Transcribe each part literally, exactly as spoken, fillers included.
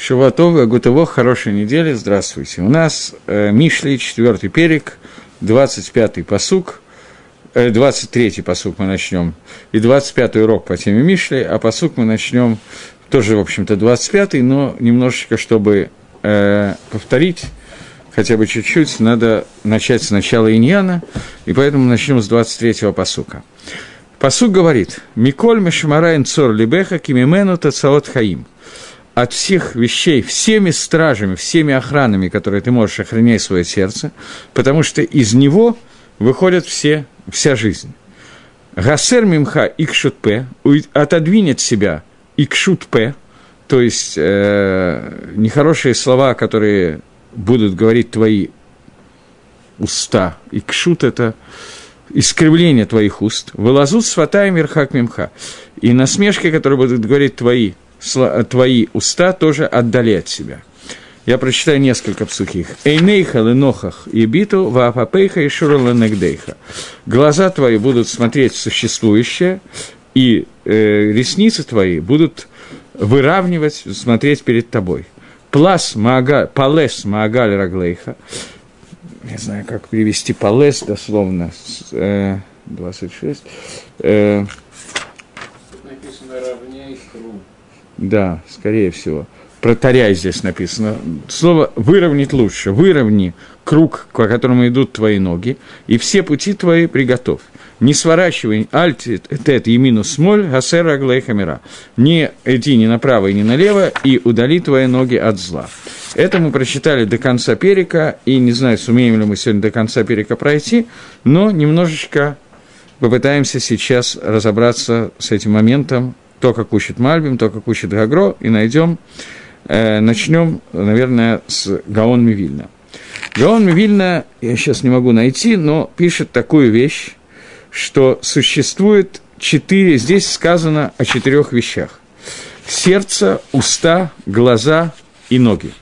Шавуатов, Гутово, хорошей недели, здравствуйте. У нас э, Мишли, четвертый перек, двадцать пятый пасук, э, двадцать третий пасук мы начнем, и двадцать пятый урок по теме Мишли, а пасук мы начнем тоже, в общем-то, двадцать пятый, но немножечко, чтобы э, повторить, хотя бы чуть-чуть, надо начать с начала иньяна, и поэтому начнем с двадцать третьего пасука. Пасук говорит: «Миколь мешмарайн цор либеха кимимену тацаот хаим». От всех вещей, всеми стражами, всеми охранами, которые ты можешь охранять свое сердце, потому что из него выходит все, вся жизнь. «Гасер мимха икшутпе» – отодвинет себя икшутпе, то есть э, нехорошие слова, которые будут говорить твои уста. Икшут – это искривление твоих уст. «Вылазут сватай мирхак мимха» – и насмешки, которые будут говорить твои твои уста, тоже отдали от себя. Я прочитаю несколько псухих. «Эйнейха ленохах ебиту ваапапейха и шура ленегдейха». Глаза твои будут смотреть в существующее, и э, ресницы твои будут выравнивать, смотреть перед тобой. «Плас маагаль, палес маагаль раглейха». Не знаю, как перевести «палес» дословно. Э, двадцать шесть. Э, написано «равняй круг». Да, скорее всего. Протаряй здесь написано. Слово «выровнять» лучше. Выровни круг, по которому идут твои ноги, и все пути твои приготовь. Не сворачивай альтит тет емину смоль гасера глейхамера. Не иди ни направо и ни налево, и удали твои ноги от зла. Это мы прочитали до конца перека, и не знаю, сумеем ли мы сегодня до конца перека пройти, но немножечко попытаемся сейчас разобраться с этим моментом, то, как учит Мальбим, то, как учит Гагро, и найдем, э, начнем, наверное, с Гаон Мивильна. Гаон Мивильна, я сейчас не могу найти, но пишет такую вещь, что существует четыре, здесь сказано о четырех вещах: сердце, уста, глаза и ноги.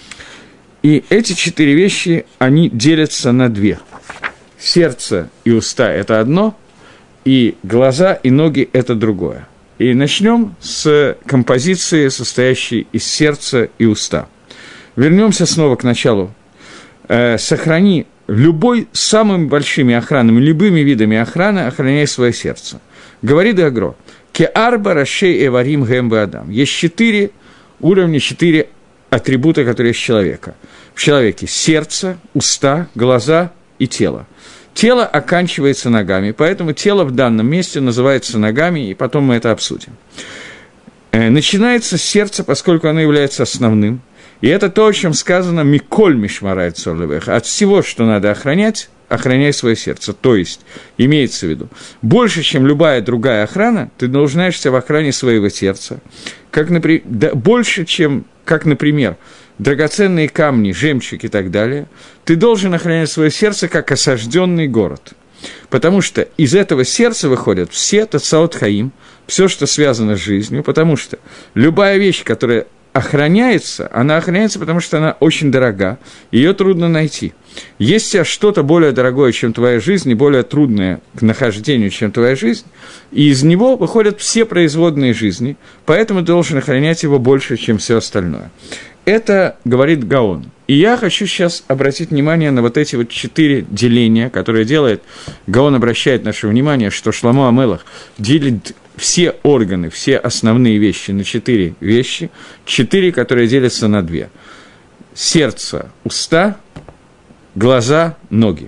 И эти четыре вещи, они делятся на две. Сердце и уста – это одно, и глаза и ноги – это другое. И начнем с композиции, состоящей из сердца и уста. Вернемся снова к началу. Э, сохрани любой самыми большими охранами, любыми видами охраны, охраняй свое сердце. Говорит Гагро: «Ке-арба рашей эварим гэм адам». Есть четыре уровня, четыре атрибута, которые есть человека. В человеке сердце, уста, глаза и тело. Тело оканчивается ногами, поэтому тело в данном месте называется ногами, и потом мы это обсудим. Начинается с сердца, поскольку оно является основным, и это то, о чем сказано «миколь мишмарай цор либеха». От всего, что надо охранять, охраняй свое сердце. То есть, имеется в виду, больше, чем любая другая охрана, ты нуждаешься в охране своего сердца. Как, например, да, больше, чем, как, например, драгоценные камни, жемчуг и так далее, ты должен охранять свое сердце как осажденный город. Потому что из этого сердца выходят все тацаот хаим, все, что связано с жизнью, потому что любая вещь, которая охраняется, она охраняется, потому что она очень дорога, ее трудно найти. Есть у тебя что-то более дорогое, чем твоя жизнь, и более трудное к нахождению, чем твоя жизнь, и из него выходят все производные жизни, поэтому ты должен охранять его больше, чем все остальное. Это говорит Гаон. И я хочу сейчас обратить внимание на вот эти вот четыре деления, которые делает, Гаон обращает наше внимание, что Шломо ха-Мелех делит все органы, все основные вещи на четыре вещи, четыре, которые делятся на две. Сердце, уста, глаза, ноги.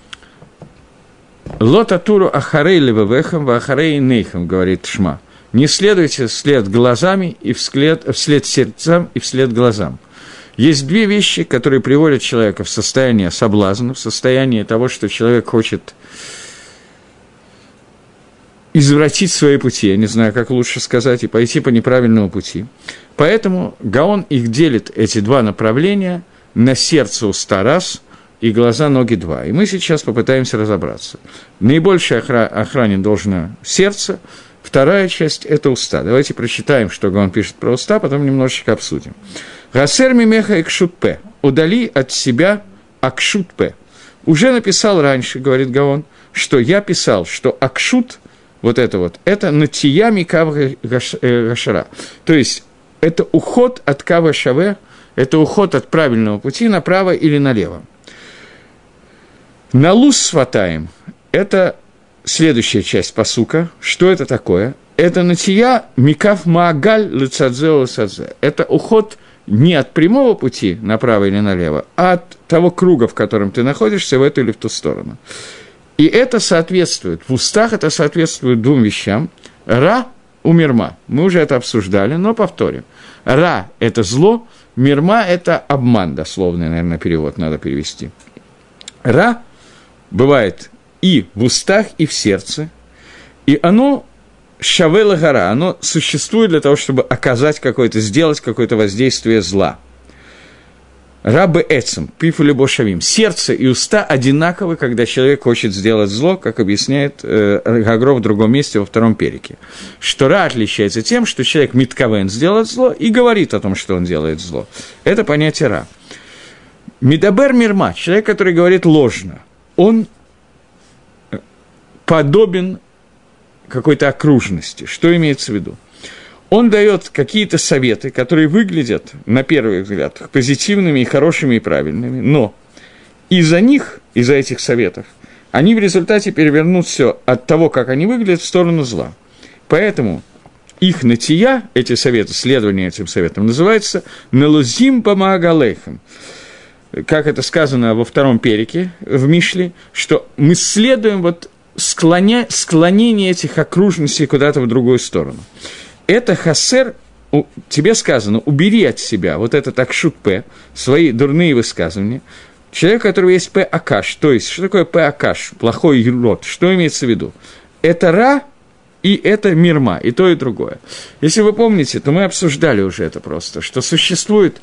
«Лотатуру ахарей левевехам ва ахарей нейхам», говорит Шма. «Не следуйте вслед глазами, и вслед, вслед сердцам, и вслед глазам». Есть две вещи, которые приводят человека в состояние соблазна, в состояние того, что человек хочет извратить свои пути, я не знаю, как лучше сказать, и пойти по неправильному пути. Поэтому Гаон их делит, эти два направления, на сердце, уста раз, и глаза, ноги два. И мы сейчас попытаемся разобраться. Наибольшая охране должно сердце, вторая часть – это уста. Давайте прочитаем, что Гаон пишет про уста, потом немножечко обсудим. «Гасер мимеха экшутпе» – «удали от себя акшутпе». Уже написал раньше, говорит Гаон, что я писал, что акшут, вот это вот, это натия микав гашара. То есть это уход от кава шаве, это уход от правильного пути направо или налево. Налус сватаем – это следующая часть пасука. Что это такое? Это натия микав маагаль лецадзе лецадзе. Это уход не от прямого пути направо или налево, а от того круга, в котором ты находишься, в эту или в ту сторону. И это соответствует, в устах это соответствует двум вещам. Ра у мирма. Мы уже это обсуждали, но повторим. Ра – это зло, мирма – это обман, дословный, наверное, перевод надо перевести. Ра бывает и в устах, и в сердце, и оно шавела гора, оно существует для того, чтобы оказать какое-то, сделать какое-то воздействие зла. Рабы эцем, пифу либо шавим. Сердце и уста одинаковы, когда человек хочет сделать зло, как объясняет э, Гагро в другом месте во втором перике. Что ра отличается тем, что человек митковен сделать зло и говорит о том, что он делает зло. Это понятие ра. Мидабер мирма, человек, который говорит ложно, он подобен какой-то окружности. Что имеется в виду? Он дает какие-то советы, которые выглядят, на первый взгляд, позитивными и хорошими и правильными, но из-за них, из-за этих советов, они в результате перевернут все от того, как они выглядят, в сторону зла. Поэтому их натия, эти советы, следование этим советам, называется «налузим помаагалейхам». Как это сказано во втором перике в Мишле, что мы следуем вот склоня... склонение этих окружностей куда-то в другую сторону. Это хасер, тебе сказано, убери от себя вот этот акшут п, свои дурные высказывания. Человек, у которого есть п акаш, то есть, что такое п акаш, плохой род, что имеется в виду? Это ра и это мирма, и то, и другое. Если вы помните, то мы обсуждали уже это просто, что существует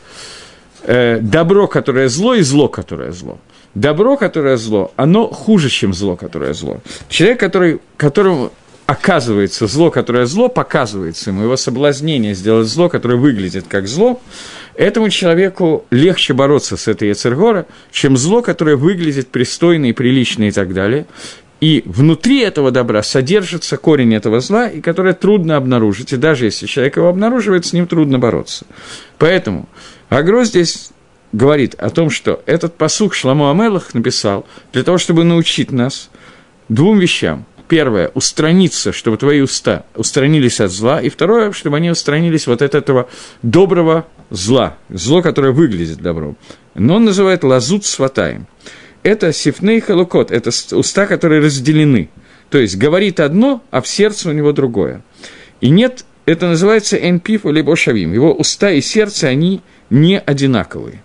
э, добро, которое зло, и зло, которое зло. Добро, которое зло, оно хуже, чем зло, которое зло. Человек, который, которому оказывается зло, которое зло, показывается ему, его соблазнение сделать зло, которое выглядит как зло, этому человеку легче бороться с этой йецер гара, чем зло, которое выглядит пристойно и прилично и так далее. И внутри этого добра содержится корень этого зла, и которое трудно обнаружить. И даже если человек его обнаруживает, с ним трудно бороться. Поэтому Агро здесь говорит о том, что этот пасук Шломо ха-Мелех написал для того, чтобы научить нас двум вещам. Первое – устраниться, чтобы твои уста устранились от зла. И второе – чтобы они устранились вот от этого доброго зла, зло, которое выглядит добром. Но он называет лазут сватаем. Это сифней халукот, это уста, которые разделены. То есть, говорит одно, а в сердце у него другое. И нет, это называется энпиф либо шавим. Его уста и сердце, они не одинаковые.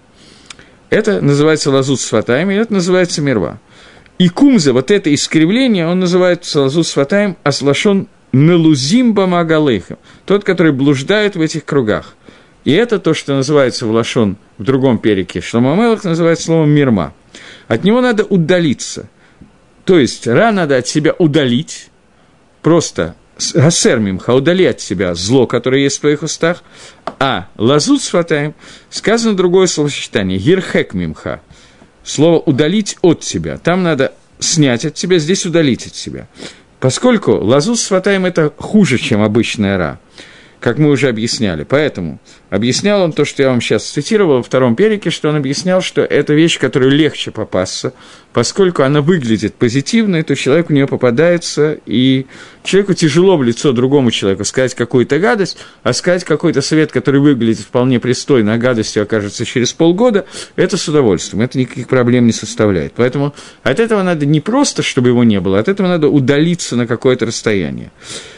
Это называется лазут сватаем, и это называется мирва. И кумза, вот это искривление, он называется лазут сватаем, аслашон нелузим бамагалейхам, тот, который блуждает в этих кругах. И это то, что называется в лашон, в другом перике Шломо ха-Мелех называется словом мирма. От него надо удалиться. То есть, ра надо от себя удалить, просто гасер мимха, удали от себя зло, которое есть в твоих устах, а лазут сватаем, сказано другое словосочетание, гирхек мимха, слово удалить от себя, там надо снять от себя, здесь удалить от себя. Поскольку лазут сватаем это хуже, чем обычная ра, как мы уже объясняли. Поэтому объяснял он то, что я вам сейчас цитировал во втором перике, что он объяснял, что это вещь, которой легче попасться, поскольку она выглядит позитивной, то человек в нее попадается, и человеку тяжело в лицо другому человеку сказать какую-то гадость, а сказать какой-то совет, который выглядит вполне пристойно, а гадостью окажется через полгода, это с удовольствием, это никаких проблем не составляет. Поэтому от этого надо не просто, чтобы его не было, от этого надо удалиться на какое-то расстояние.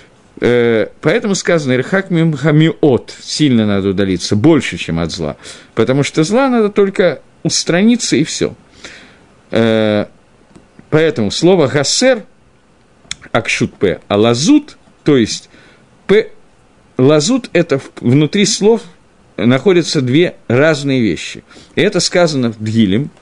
Поэтому сказано, «Ирхак мимхамиот», сильно надо удалиться, больше, чем от зла, потому что зла надо только устраниться, и все. Поэтому слово «гасер», акшут п, а лазут, то есть п, лазут – это внутри слов находятся две разные вещи. И это сказано в Дгилем,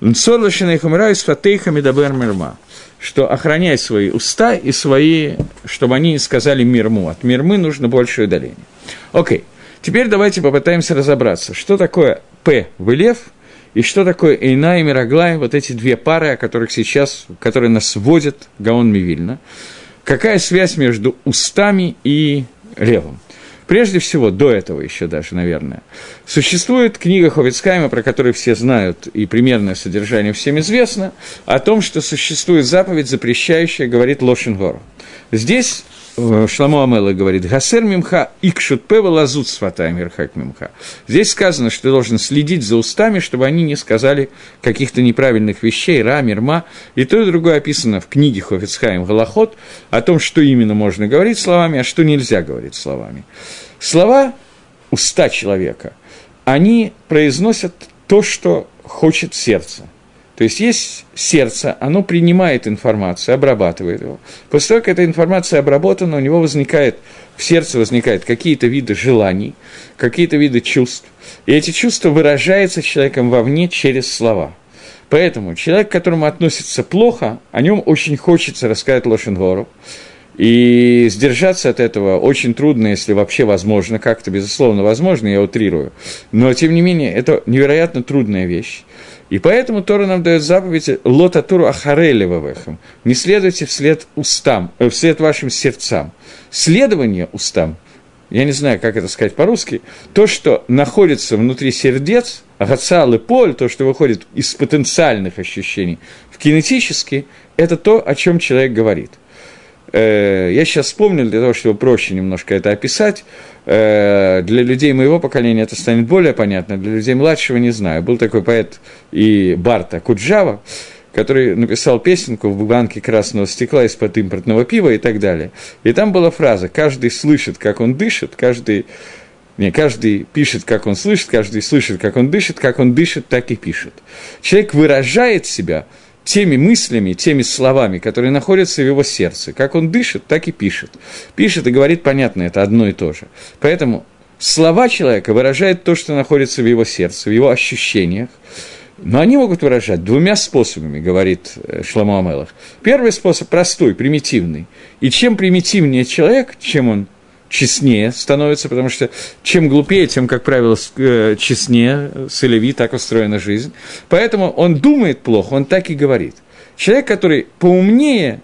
что охраняй свои уста и свои, чтобы они сказали мирму. От мирмы нужно большее удаление. Окей, теперь давайте попытаемся разобраться, что такое «п» в «лев» и что такое «эйна» и «мираглай», вот эти две пары, о которых сейчас, которые нас вводит Гаон Мивильна. Какая связь между устами и левом? Прежде всего, до этого еще даже, наверное, существует книга Хофец Хаима, про которую все знают, и примерное содержание всем известно, о том, что существует заповедь, запрещающая, говорит лошен гор. Здесь Шломо Амелех говорит: «Гасер мимха икшут пева лазут сватаем ирхак мимха». Здесь сказано, что ты должен следить за устами, чтобы они не сказали каких-то неправильных вещей, ра, мирма. И то, и другое описано в книге Хофец Хаим Галахот о том, что именно можно говорить словами, а что нельзя говорить словами. Слова, уста человека, они произносят то, что хочет сердце. То есть есть сердце, оно принимает информацию, обрабатывает его. После того, как эта информация обработана, у него возникает, в сердце возникают какие-то виды желаний, какие-то виды чувств. И эти чувства выражаются человеком вовне через слова. Поэтому человек, к которому относится плохо, о нем очень хочется рассказать лошен гору. И сдержаться от этого очень трудно, если вообще возможно, как-то, безусловно, возможно, я утрирую. Но, тем не менее, это невероятно трудная вещь. И поэтому Тора нам дает заповедь «Лота туру ахарели вавехам» – «Не следуйте вслед устам, э, вслед вашим сердцам». Следование устам, я не знаю, как это сказать по-русски, то, что находится внутри сердец, агацал и поль, то, что выходит из потенциальных ощущений в кинетические, это то, о чем человек говорит. Я сейчас вспомнил, для того, чтобы проще немножко это описать, для людей моего поколения это станет более понятно, для людей младшего не знаю. Был такой поэт и Барта Куджава, который написал песенку «В банке красного стекла из-под импортного пива» и так далее. И там была фраза «Каждый слышит, как он дышит, каждый...» Не, каждый пишет, как он слышит, каждый слышит, как он дышит, как он дышит, так и пишет. Человек выражает себя теми мыслями, теми словами, которые находятся в его сердце. Как он дышит, так и пишет. Пишет и говорит, понятно, это одно и то же. Поэтому слова человека выражают то, что находится в его сердце, в его ощущениях. Но они могут выражать двумя способами, говорит Шломо Амелех. Первый способ простой, примитивный. И чем примитивнее человек, чем он честнее становится, потому что чем глупее, тем, как правило, честнее, солеви, так устроена жизнь. Поэтому он думает плохо, он так и говорит. Человек, который поумнее,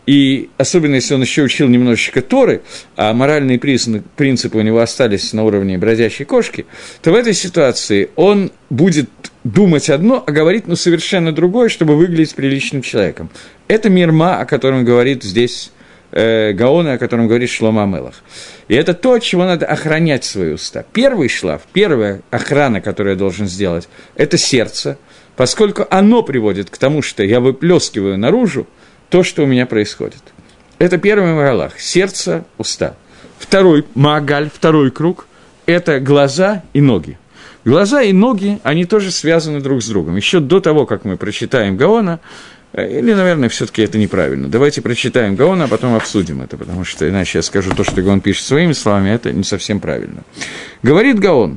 и особенно если он еще учил немножечко Торы, а моральные принципы у него остались на уровне бродячей кошки, то в этой ситуации он будет думать одно, а говорить ну, совершенно другое, чтобы выглядеть приличным человеком. Это мирма, о котором говорит здесь Гаона, о котором говорит Шломо Амелех. И это то, от чего надо охранять свои уста. Первый шлаф, первая охрана, которую я должен сделать, это сердце, поскольку оно приводит к тому, что я выплескиваю наружу то, что у меня происходит. Это первый магалах, сердце, уста. Второй магаль, второй круг, это глаза и ноги. Глаза и ноги, они тоже связаны друг с другом. Еще до того, как мы прочитаем Гаона, или, наверное, все-таки это неправильно. Давайте прочитаем Гаона, а потом обсудим это, потому что иначе я скажу то, что Гаон пишет своими словами, это не совсем правильно. Говорит Гаон,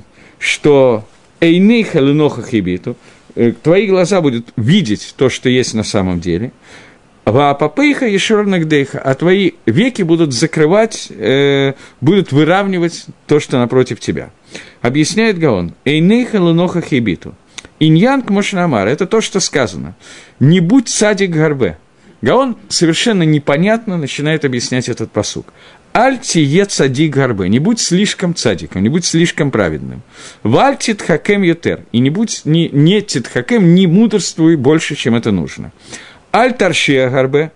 что «Эйней халыноха хибиту» – твои глаза будут видеть то, что есть на самом деле, «Ваапапейха ешорнагдейха», а твои веки будут закрывать, э, будут выравнивать то, что напротив тебя. Объясняет Гаон «Эйней халыноха хибиту». Иньян кмошнамар – это то, что сказано. «Не будь цадик гарбе». Гаон совершенно непонятно начинает объяснять этот пасук. «Аль тие цадик гарбе». Не будь слишком цадиком, не будь слишком праведным. «Валь титхакем ютер». И не будь не, не титхакем, не мудрствуй больше, чем это нужно. «Аль таршия гарбе».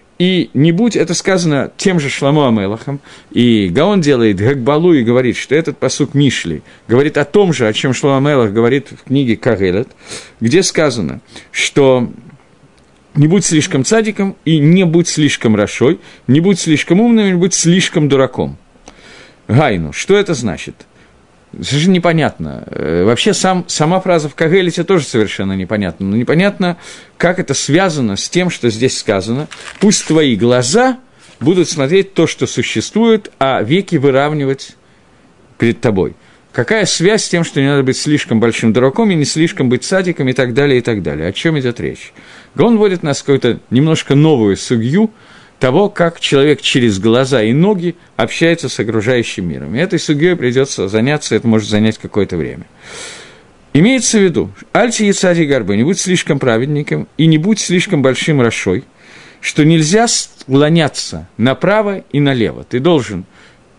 И не будь, это сказано тем же Шломо Амелехом, и Гаон делает гагбалу и говорит, что этот пасук Мишли говорит о том же, о чем Шломо Амелех говорит в книге Кагелет, где сказано, что не будь слишком цадиком и не будь слишком рашой, не будь слишком умным и не будь слишком дураком. Гайну, что это значит? Совершенно непонятно. Вообще сам, сама фраза в Кагелете тоже совершенно непонятна. Но непонятно, как это связано с тем, что здесь сказано. Пусть твои глаза будут смотреть то, что существует, а веки выравнивать перед тобой. Какая связь с тем, что не надо быть слишком большим дураком и не слишком быть садиком и так далее, и так далее. О чем идет речь? Гаон вводит нас в какую-то немножко новую сугью того, как человек через глаза и ноги общается с окружающим миром. И этой сугьей придется заняться, это может занять какое-то время. Имеется в виду, альти яцади гарбы, не будь слишком праведником и не будь слишком большим рашой, что нельзя склоняться направо и налево. Ты должен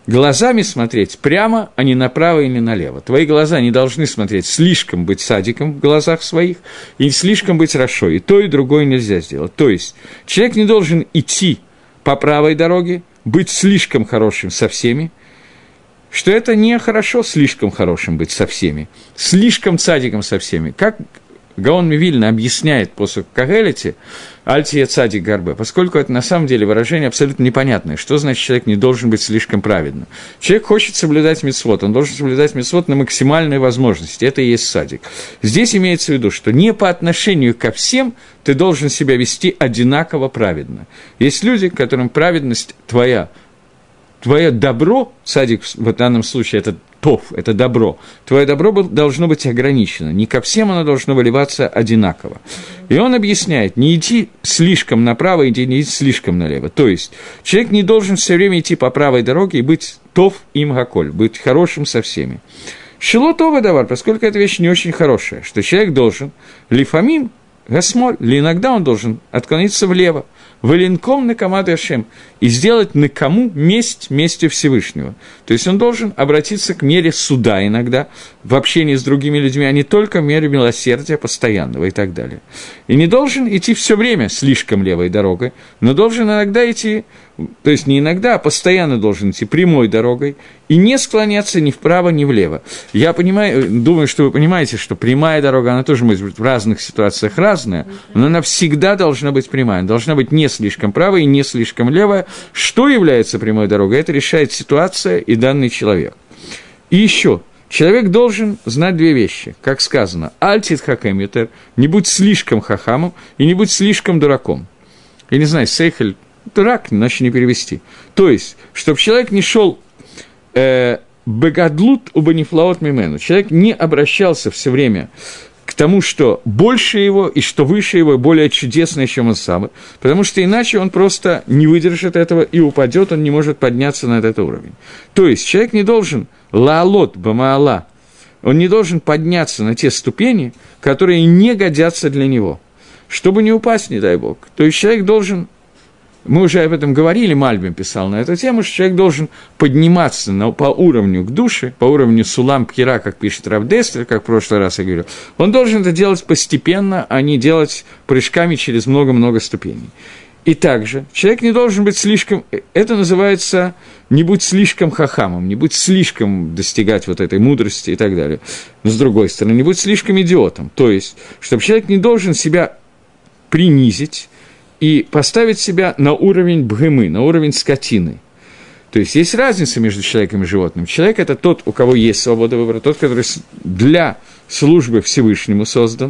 глазами смотреть прямо, а не направо или налево. Твои глаза не должны смотреть слишком быть садиком в глазах своих и слишком быть рашой. И то, и другое нельзя сделать. То есть человек не должен идти по правой дороге, быть слишком хорошим со всеми, что это нехорошо слишком хорошим быть со всеми, слишком цадиком со всеми. Как Гаон Мивильна объясняет после Кагелити «Альтия цадик гарбе», поскольку это на самом деле выражение абсолютно непонятное. Что значит человек не должен быть слишком праведным? Человек хочет соблюдать мицвот, он должен соблюдать мицвот на максимальной возможности, это и есть цадик. Здесь имеется в виду, что не по отношению ко всем ты должен себя вести одинаково праведно. Есть люди, которым праведность твоя, твое добро, цадик в данном случае это тов, это добро, твое добро должно быть ограничено, не ко всем оно должно выливаться одинаково. И он объясняет, не идти слишком направо, иди не идти слишком налево. То есть человек не должен все время идти по правой дороге и быть тов им гаколь, быть хорошим со всеми. Шило това давар, поскольку эта вещь не очень хорошая, что человек должен лифамим, гасмоль, или иногда он должен отклониться влево, валинком на комаду Ашем, и сделать на кому месть местью Всевышнего. То есть он должен обратиться к мере суда иногда, в общении с другими людьми, а не только в мере милосердия постоянного и так далее. И не должен идти все время слишком левой дорогой, но должен иногда идти, то есть не иногда, а постоянно должен идти прямой дорогой, и не склоняться ни вправо, ни влево. Я понимаю, думаю, что вы понимаете, что прямая дорога, она тоже может быть в разных ситуациях разная, но она всегда должна быть прямая, она должна быть не слишком правая и не слишком левая. Что является прямой дорогой? Это решает ситуация и данный человек. И еще, человек должен знать две вещи, как сказано, «Альтит хакем ютер», не будь слишком хахамом и не будь слишком дураком. Я не знаю, сейхель, дурак, иначе не перевести. То есть, чтобы человек не шел бегадлут убанифлаот мимену, человек не обращался все время к тому, что больше его и что выше его, более чудесное, чем он сам, потому что иначе он просто не выдержит этого и упадет, он не может подняться на этот уровень. То есть человек не должен лаалот бамаала, он не должен подняться на те ступени, которые не годятся для него, чтобы не упасть, не дай Бог. То есть человек должен... Мы уже об этом говорили, Мальбим писал на эту тему, что человек должен подниматься на, по уровню к душе, по уровню сулам пхира, как пишет Рав Дестер, как в прошлый раз я говорил. Он должен это делать постепенно, а не делать прыжками через много-много ступеней. И также человек не должен быть слишком... Это называется «не будь слишком хахамом», не будь слишком достигать вот этой мудрости и так далее. Но с другой стороны, не будь слишком идиотом. То есть, чтобы человек не должен себя принизить, и поставить себя на уровень бгемы, на уровень скотины. То есть есть разница между человеком и животным. Человек – это тот, у кого есть свобода выбора, тот, который для службы Всевышнему создан,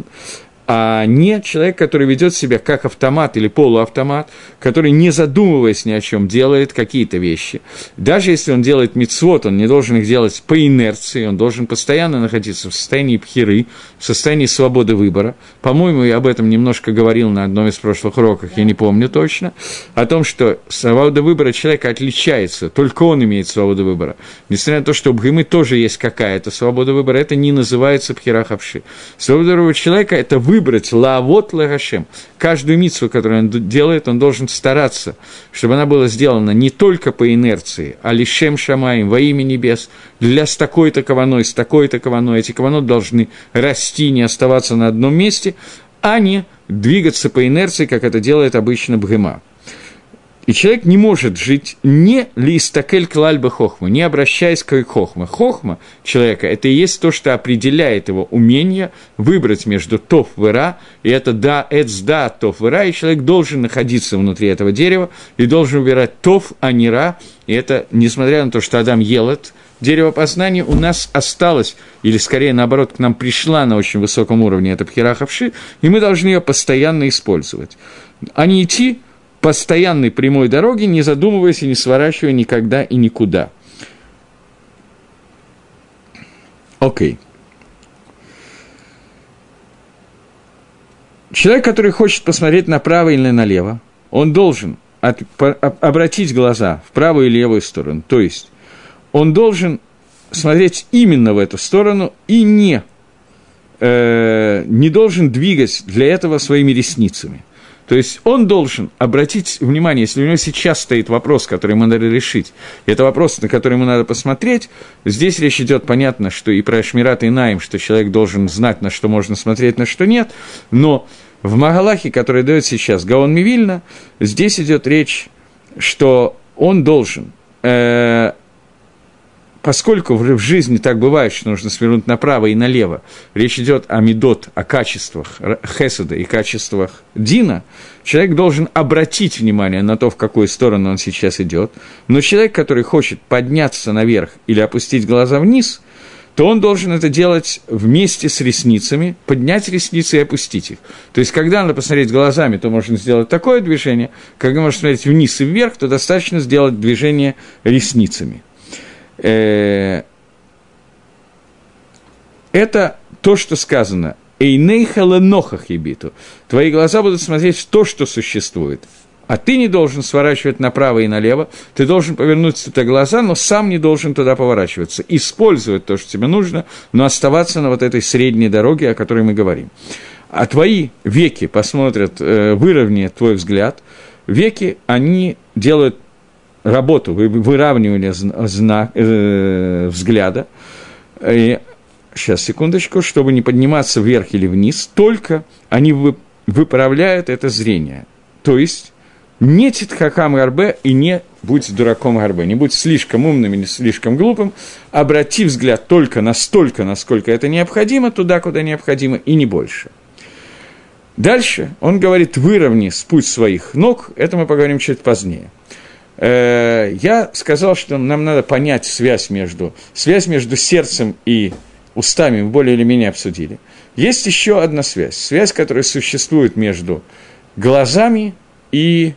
а не человек, который ведет себя как автомат или полуавтомат, который, не задумываясь ни о чем, делает какие-то вещи. Даже если он делает мицвот, он не должен их делать по инерции, он должен постоянно находиться в состоянии пхиры, в состоянии свободы выбора. По-моему, я об этом немножко говорил на одном из прошлых уроков, я не помню точно, о том, что свобода выбора человека отличается, только он имеет свободу выбора. Несмотря на то, что у бхимы тоже есть какая-то свобода выбора, это не называется пхира хавши. Свобода выбора человека – это выбор, выбрать лаавот лагашем. Каждую мицву, которую он делает, он должен стараться, чтобы она была сделана не только по инерции, а лишем шамаим, во имя небес, для с такой-то каваной, с такой-то каваной. Эти каваной должны расти, не оставаться на одном месте, а не двигаться по инерции, как это делает обычно бгема. И человек не может жить не листакель клальба хохма, не обращаясь к хохма. Хохма человека – это и есть то, что определяет его умение выбрать между тов и ра, и это да, эц да, тов и ра, и человек должен находиться внутри этого дерева и должен выбирать тов, а не ра, и это, несмотря на то, что Адам ел это дерево познания, у нас осталось, или скорее наоборот, к нам пришла на очень высоком уровне эта пхира хавши, и мы должны ее постоянно использовать, а не идти постоянной прямой дороги, не задумываясь и не сворачивая никогда и никуда. Окей. Человек, который хочет посмотреть направо или налево, он должен от, по, обратить глаза в правую или левую сторону. То есть он должен смотреть именно в эту сторону и не, э, не должен двигать для этого своими ресницами. То есть он должен обратить внимание, если у него сейчас стоит вопрос, который ему надо решить, и это вопрос, на который ему надо посмотреть, здесь речь идет, понятно, что и про Шмират и Наим, что человек должен знать, на что можно смотреть, на что нет, но в Магалахе, который дает сейчас Гаон Мивильна, здесь идет речь, что он должен, э, поскольку в жизни так бывает, что нужно свернуть направо и налево, речь идет о мидот, о качествах хеседа и качествах дина, человек должен обратить внимание на то, в какую сторону он сейчас идет, но человек, который хочет подняться наверх или опустить глаза вниз, то он должен это делать вместе с ресницами, поднять ресницы и опустить их. То есть, когда надо посмотреть глазами, то можно сделать такое движение, когда можно смотреть вниз и вверх, то достаточно сделать движение ресницами. Это то, что сказано. «Эйнейха ленохах ебиту». Твои глаза будут смотреть в то, что существует. А ты не должен сворачивать направо и налево, ты должен повернуть туда глаза, но сам не должен туда поворачиваться, использовать то, что тебе нужно, но оставаться на вот этой средней дороге, о которой мы говорим. А твои веки посмотрят, выровняют твой взгляд, веки, они делают работу, выравнивание зна, э, взгляда, и, сейчас, секундочку, чтобы не подниматься вверх или вниз, только они выправляют это зрение, то есть не титхакам гарбе и не будь дураком гарбе, не будь слишком умным или слишком глупым, обрати взгляд только настолько, насколько это необходимо, туда, куда необходимо, и не больше. Дальше он говорит, выровни путь своих ног, это мы поговорим чуть позднее. Я сказал, что нам надо понять связь между, связь между сердцем и устами, мы более или менее обсудили. Есть еще одна связь, связь, которая существует между глазами и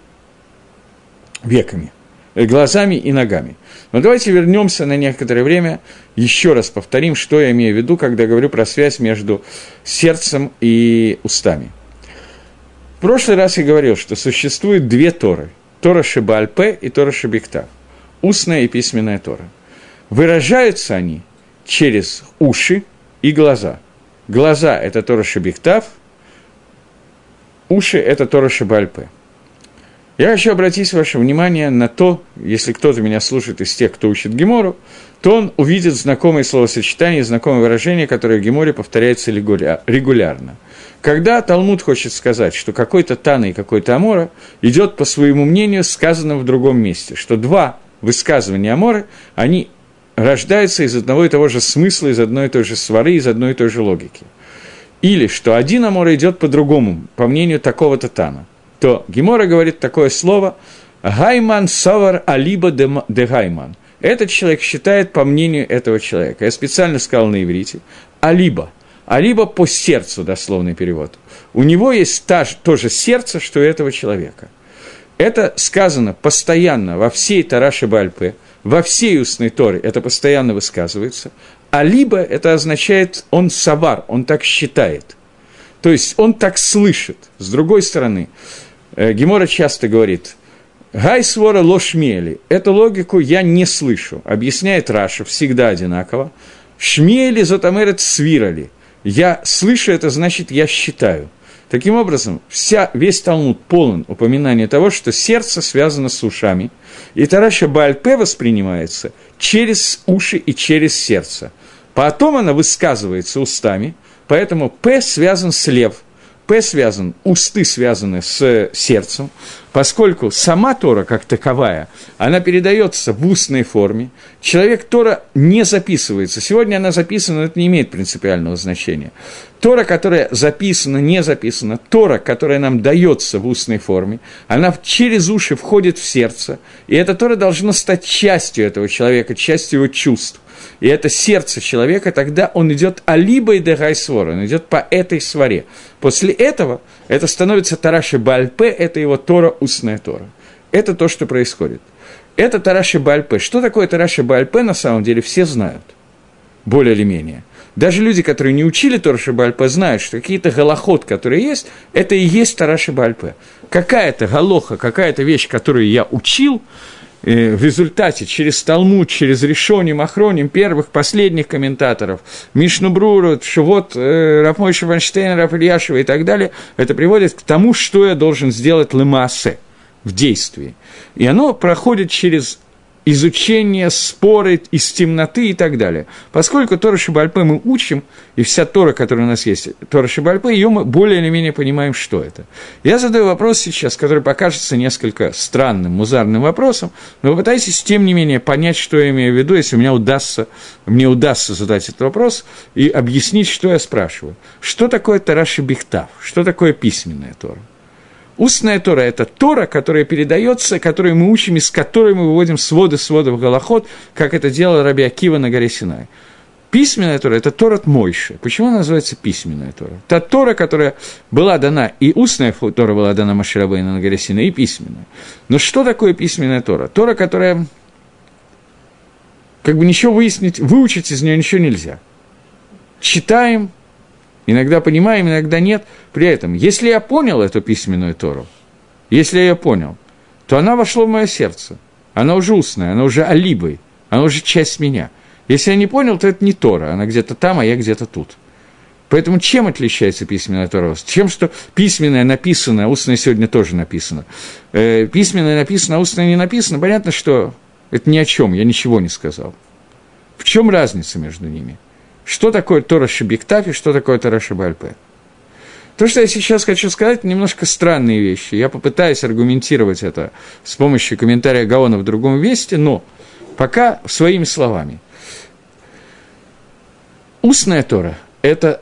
веками, глазами и ногами. Но давайте вернемся на некоторое время, еще раз повторим, что я имею в виду, когда говорю про связь между сердцем и устами. В прошлый раз я говорил, что существует две Торы. Тора Шебааль-Пе и Тора Шебихтав. Устная и письменная Тора. Выражаются они через уши и глаза. Глаза – это Тора Шебихтав, уши – это Тора Шебааль-Пе. Я хочу обратить ваше внимание на то, если кто-то меня слушает из тех, кто учит Гемору, то он увидит знакомые словосочетания, знакомые выражения, которые в Геморе повторяются регулярно. Когда Талмуд хочет сказать, что какой-то Тана и какой-то Амора идет по своему мнению сказано в другом месте, что два высказывания Аморы, они рождаются из одного и того же смысла, из одной и той же свары, из одной и той же логики. Или что один Амора идет по-другому, по мнению такого-то Тана, то Гемора говорит такое слово «Гайман савар алиба де гайман». Этот человек считает по мнению этого человека. Я специально сказал на иврите «алиба». А либо по сердцу, дословный перевод. У него есть та, то же сердце, что у этого человека. Это сказано постоянно во всей Тора Шебааль-Пе, во всей устной Торе это постоянно высказывается. А либо это означает он савар, он так считает. То есть он так слышит. С другой стороны, Гемора часто говорит «Гай свора ло шмели». Эту логику я не слышу. Объясняет Раша всегда одинаково. «Шмели затамерет свирали». Я слышу, это значит, я считаю. Таким образом, вся, весь Талмуд полон упоминания того, что сердце связано с ушами, и Тора Шебааль-Пе воспринимается через уши и через сердце. Потом она высказывается устами, поэтому П связан с лев, П связан, усты связаны с сердцем, поскольку сама Тора, как таковая, она передается в устной форме, человек Тора не записывается. Сегодня она записана, но это не имеет принципиального значения. Тора, которая записана, не записана, Тора, которая нам дается в устной форме, она через уши входит в сердце, и эта Тора должна стать частью этого человека, частью его чувств. И это сердце человека, тогда он идет алиба и дегай свора, он идет по этой своре. После этого это становится Тора Шебааль-Пе, это его Тора, устная Тора. Это то, что происходит. Это Тора Шебааль-Пе. Что такое Тора Шебааль-Пе, на самом деле, все знают, более или менее. Даже люди, которые не учили Тору Шебааль-Пе, знают, что какие-то галахот, которые есть, это и есть Тора Шебааль-Пе. Какая-то галоха, какая-то вещь, которую я учил, э, в результате через Талмуд, через Решоним, Ахроним, первых, последних комментаторов, Мишну Бруру, Шивот, э, Рав Мойше Вайнштейна, Рав Ильяшева и так далее, это приводит к тому, что я должен сделать лемаасе в действии. И оно проходит через изучение, споры из темноты и так далее. Поскольку Тора Шебааль Пе мы учим, и вся Тора, которая у нас есть, Тора Шебааль Пе, ее мы более или менее понимаем, что это. Я задаю вопрос сейчас, который покажется несколько странным, музарным вопросом, но попытайтесь, тем не менее, понять, что я имею в виду, если у меня удастся, мне удастся задать этот вопрос и объяснить, что я спрашиваю. Что такое Тора Шебихтав? Что такое письменная Тора? Устная Тора – это Тора, которая передается, которую мы учим, из которой мы выводим своды сводов Галахот, как это делал Раби Акива на горе Синай. Письменная Тора – это Торат Мойше. Почему она называется письменная Тора? Та Тора, которая была дана, и устная Тора была дана Моше Рабейну на горе Синай, и письменная. Но что такое письменная Тора? Тора, которая, как бы ничего выяснить, выучить из нее ничего нельзя. Читаем, иногда понимаем, иногда нет. При этом, если я понял эту письменную Тору, если я ее понял, то она вошла в мое сердце. Она уже устная, она уже алибой, она уже часть меня. Если я не понял, то это не Тора, она где-то там, а я где-то тут. Поэтому чем отличается письменная Тора? Чем, что письменная написано, устная сегодня тоже написано. Э, письменная написано, устная не написано, понятно, что это ни о чем, я ничего не сказал. В чем разница между ними? Что такое Тора Шебихтав и что такое Тора Шебааль Пе? То, что я сейчас хочу сказать, немножко странные вещи. Я попытаюсь аргументировать это с помощью комментария Гаона в другом месте, но пока своими словами. Устная Тора – это,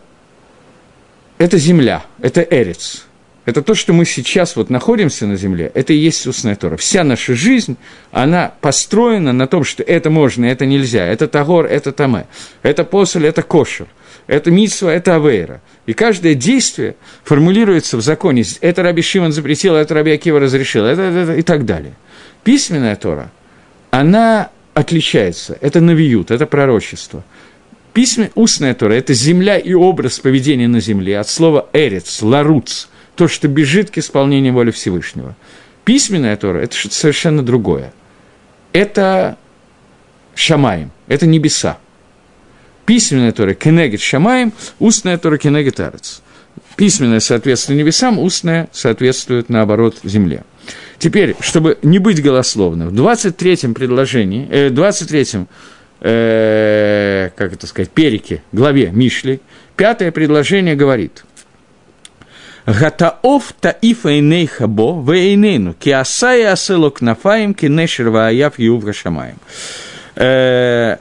это земля, это эрец. Это то, что мы сейчас вот находимся на земле, это и есть устная Тора. Вся наша жизнь, она построена на том, что это можно, это нельзя, это тагор, это тамэ, это посоль, это кошер, это мицва, это авейра. И каждое действие формулируется в законе. Это Раби Шимон запретил, это Раби Акива разрешил, это, это, это и так далее. Письменная Тора, она отличается, это навиют, это пророчество. Письменная, устная Тора – это земля и образ поведения на земле, от слова «эрец», «ларуц», то, что бежит к исполнению воли Всевышнего. Письменная Тора – это что-то совершенно другое. Это шамаим, это небеса. Письменная Тора – кенегет шамаим, устная Тора – кенегет арец. Письменная соответствует небесам, устная соответствует, наоборот, земле. Теперь, чтобы не быть голословным, в двадцать третьем предложении, э, двадцать третьем, э, как это сказать, перике, главе Мишли, пятое предложение говорит – «Гатаов таиф эйней хабо вэйнейну, ки асая асэло кнафаем, ки нешер вааяв ювга шамаем». То,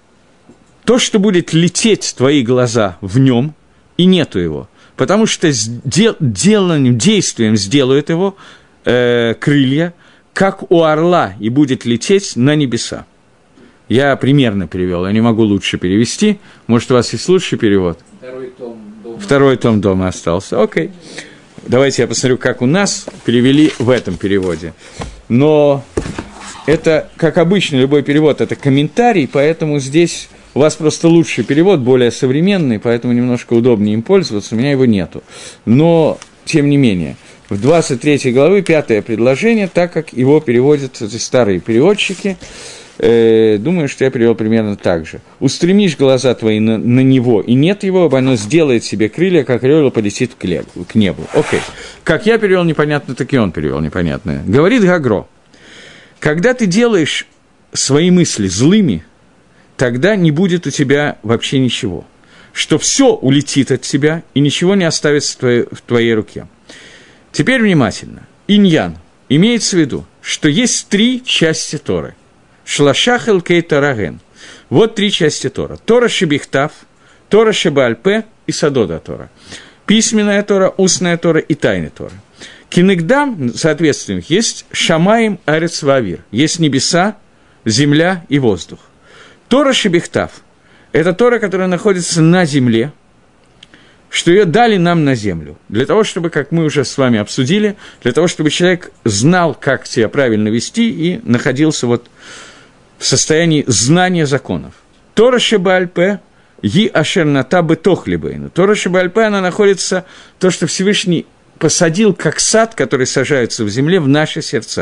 что будет лететь твои глаза в нем, и нету его, потому что дел, деланием, действием сделают его э, крылья, как у орла, и будет лететь на небеса. Я примерно перевел, я не могу лучше перевести. Может, у вас есть лучший перевод? Второй том дома. Второй том дома остался. Окей. Давайте я посмотрю, как у нас перевели в этом переводе. Но это, как обычно, любой перевод – это комментарий, поэтому здесь у вас просто лучший перевод, более современный, поэтому немножко удобнее им пользоваться, у меня его нету. Но, тем не менее, в двадцать третьей главе пятое предложение, так как его переводят эти старые переводчики, э, думаю, что я перевел примерно так же. «Устремишь глаза твои на, на него, и нет его, ибо оно сделает себе крылья, как орел полетит к, лебу, к небу». Окей. Как я перевел непонятно, так и он перевел непонятно. Говорит Гагро, когда ты делаешь свои мысли злыми, тогда не будет у тебя вообще ничего. Что все улетит от тебя, и ничего не оставится в твоей, в твоей руке. Теперь внимательно. Иньян. Имеется в виду, что есть три части Торы. Шлашах элкей Тораген. Вот три части Тора. Тора Шебихтав, Тора Шебааль Пе и Садода Тора. Письменная Тора, устная Тора и тайная Тора. Кинегдам, соответственно, есть Шамаим, Арец, Вавир. Есть небеса, земля и воздух. Тора Шебихтав – это Тора, которая находится на земле, что ее дали нам на землю. Для того, чтобы, как мы уже с вами обсудили, для того, чтобы человек знал, как себя правильно вести, и находился вот в состоянии знания законов. Тора Шебааль Пе – Ги Ашерната Бетохлибейну. Тора Шебааль Пе, она находится, то, что Всевышний посадил, как сад, который сажается в земле, в наши сердца.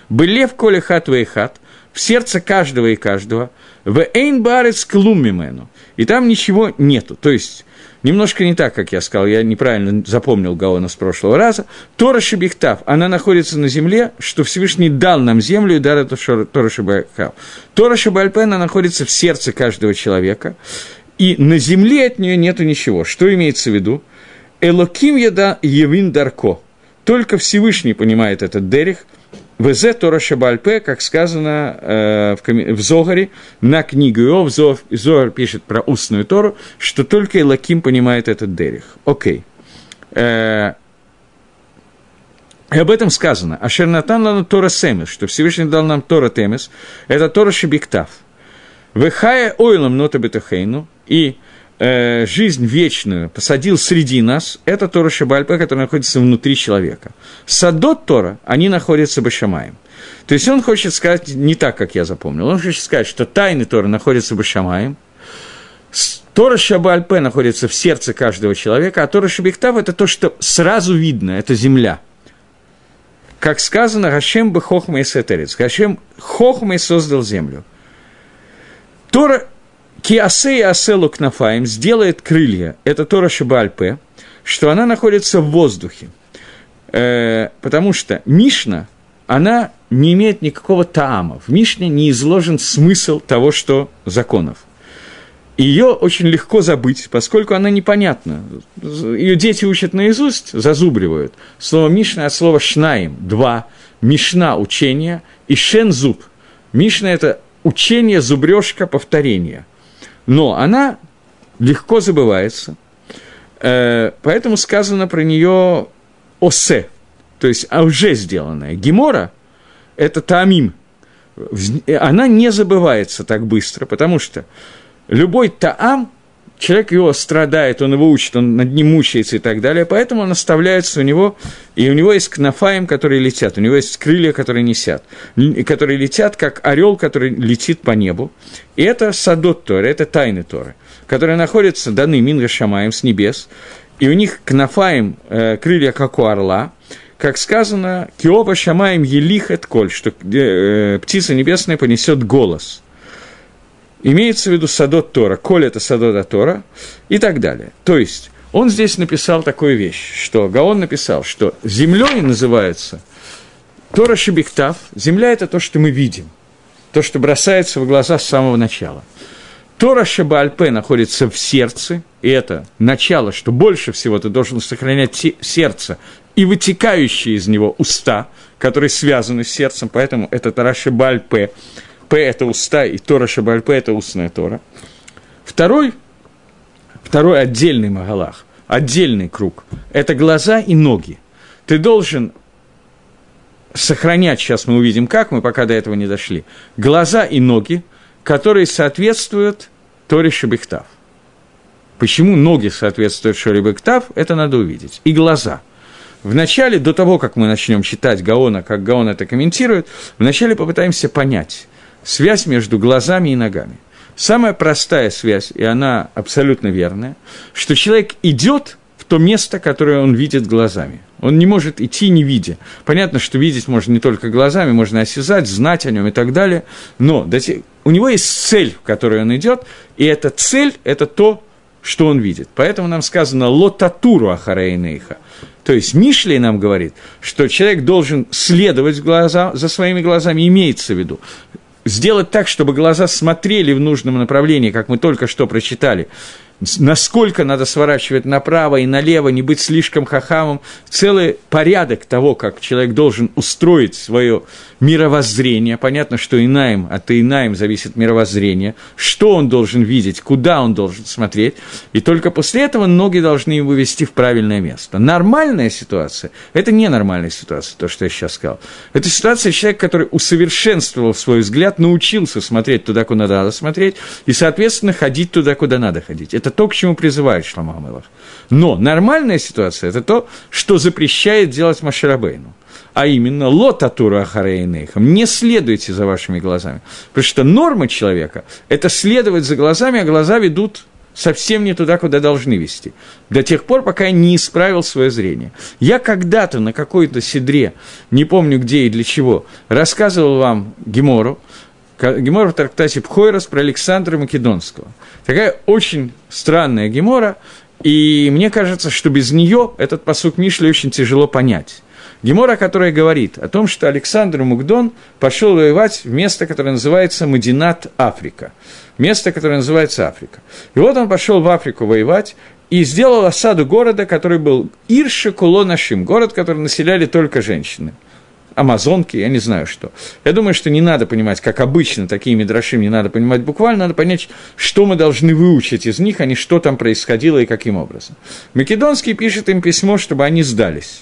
«Былев коли хат вейхат», в сердце каждого и каждого, «в эйн баарец клум мимену», и там ничего нету, то есть, немножко не так, как я сказал, я неправильно запомнил Гаона с прошлого раза, Тора шебихтав, она находится на земле, что Всевышний дал нам землю и дар эту Тора шебихтав. Тора шебальпе, она находится в сердце каждого человека, и на земле от нее нету ничего. Что имеется в виду? Элоким яда явин дарко. Только Всевышний понимает этот дерих. Везе Тора шебальпе, как сказано э, в, коми- в Зогаре, на книгу Иов, Зор, Зогар пишет про устную Тору, что только Элоким понимает этот дерих. Окей. Э, и об этом сказано. Ашер натан лану Тора семес, что Всевышний дал нам Тора темес, это Тора шебиктав. Вехая ойлам нота бетахейну, и э, жизнь вечную посадил среди нас, это Тора шебальпе, которая находится внутри человека. Садот Тора, они находятся бешамаем. То есть он хочет сказать не так, как я запомнил. Он хочет сказать, что тайны Тора находятся бешамаем, Тора шебальпе находится в сердце каждого человека, а Тора шебихтав – это то, что сразу видно, это земля. Как сказано, Гашем бы хохмей сетерец, Гашем хохмей создал землю. Тора киасе и аселу кнафаем сделает крылья, это Тора шебальпе, что она находится в воздухе, э, потому что Мишна, она не имеет никакого таама, в Мишне не изложен смысл того, что законов. Ее очень легко забыть, поскольку она непонятна. Ее дети учат наизусть, зазубривают. Слово Мишна от слова шнаим, два, Мишна – учение, и шен – зуб. Мишна – это учение, зубрёжка, повторение. Но она легко забывается, поэтому сказано про нее осе, то есть а уже сделанное. Гемора – это таамим. Она не забывается так быстро, потому что любой таам, человек его страдает, он его учит, он над ним мучается и так далее, поэтому он оставляется у него, и у него есть кнафаем, которые летят, у него есть крылья, которые несят, которые летят, как орел, который летит по небу. И это садот Торы, это тайны Торы, которые находятся, даны Минга Шамаем, с небес, и у них кнафаем, э, крылья, как у орла, как сказано, «Киова Шамаем елих эт коль», что э, птица небесная понесет голос. Имеется в виду садот Тора, коль это садот Тора и так далее. То есть он здесь написал такую вещь, что Гаон написал, что землей называется Тора шебихтав, земля – это то, что мы видим, то, что бросается в глаза с самого начала. Тора шебальпе находится в сердце, и это начало, что больше всего ты должен сохранять сердце и вытекающие из него уста, которые связаны с сердцем, поэтому это Тора шебальпе. П – это уста, и Тора шебальпе – это устная Тора. Второй, второй отдельный магалах, отдельный круг – это глаза и ноги. Ты должен сохранять, сейчас мы увидим как, мы пока до этого не дошли, глаза и ноги, которые соответствуют Торе шебихтав. Почему ноги соответствуют Торе шебихтав, это надо увидеть. И глаза. Вначале, до того, как мы начнем читать Гаона, как Гаон это комментирует, вначале попытаемся понять связь между глазами и ногами. Самая простая связь, и она абсолютно верная, что человек идет в то место, которое он видит глазами. Он не может идти, не видя. Понятно, что видеть можно не только глазами, можно осязать, знать о нем и так далее, но у него есть цель, в которой он идет, и эта цель – это то, что он видит. Поэтому нам сказано «лотатуру ахарейнейха». То есть Мишлей нам говорит, что человек должен следовать глаза, за своими глазами, имеется в виду. Сделать так, чтобы глаза смотрели в нужном направлении, как мы только что прочитали, насколько надо сворачивать направо и налево, не быть слишком хахамом, целый порядок того, как человек должен устроить свое мировоззрение. Понятно, что инаим, от инаим зависит мировоззрение, что он должен видеть, куда он должен смотреть, и только после этого ноги должны его вести в правильное место. Нормальная ситуация – это ненормальная ситуация, то, что я сейчас сказал. Это ситуация человека, который усовершенствовал свой взгляд, научился смотреть туда, куда надо смотреть, и, соответственно, ходить туда, куда надо ходить. Это то, к чему призывает Шломо ха-Мелех. Но нормальная ситуация – это то, что запрещает делать Моше Рабейну. А именно, лотатуру ахарейнейхам, не следуйте за вашими глазами. Потому что норма человека – это следовать за глазами, а глаза ведут совсем не туда, куда должны вести. До тех пор, пока я не исправил свое зрение. Я когда-то на какой-то седре, не помню где и для чего, рассказывал вам Гемору, Гемора в трактате Пхойрос про Александра Македонского. Такая очень странная гемора, и мне кажется, что без нее этот пасук Мишли очень тяжело понять. Гемора, которая говорит о том, что Александр Мукдон пошел воевать в место, которое называется Мадинат Африка. Место, которое называется Африка. И вот он пошел в Африку воевать и сделал осаду города, который был Ирше Куло Нашим, город, который населяли только женщины. Амазонки, я не знаю что. Я думаю, что не надо понимать, как обычно, такие мидрашим не надо понимать буквально, надо понять, что мы должны выучить из них, а не что там происходило и каким образом. Македонский пишет им письмо, чтобы они сдались.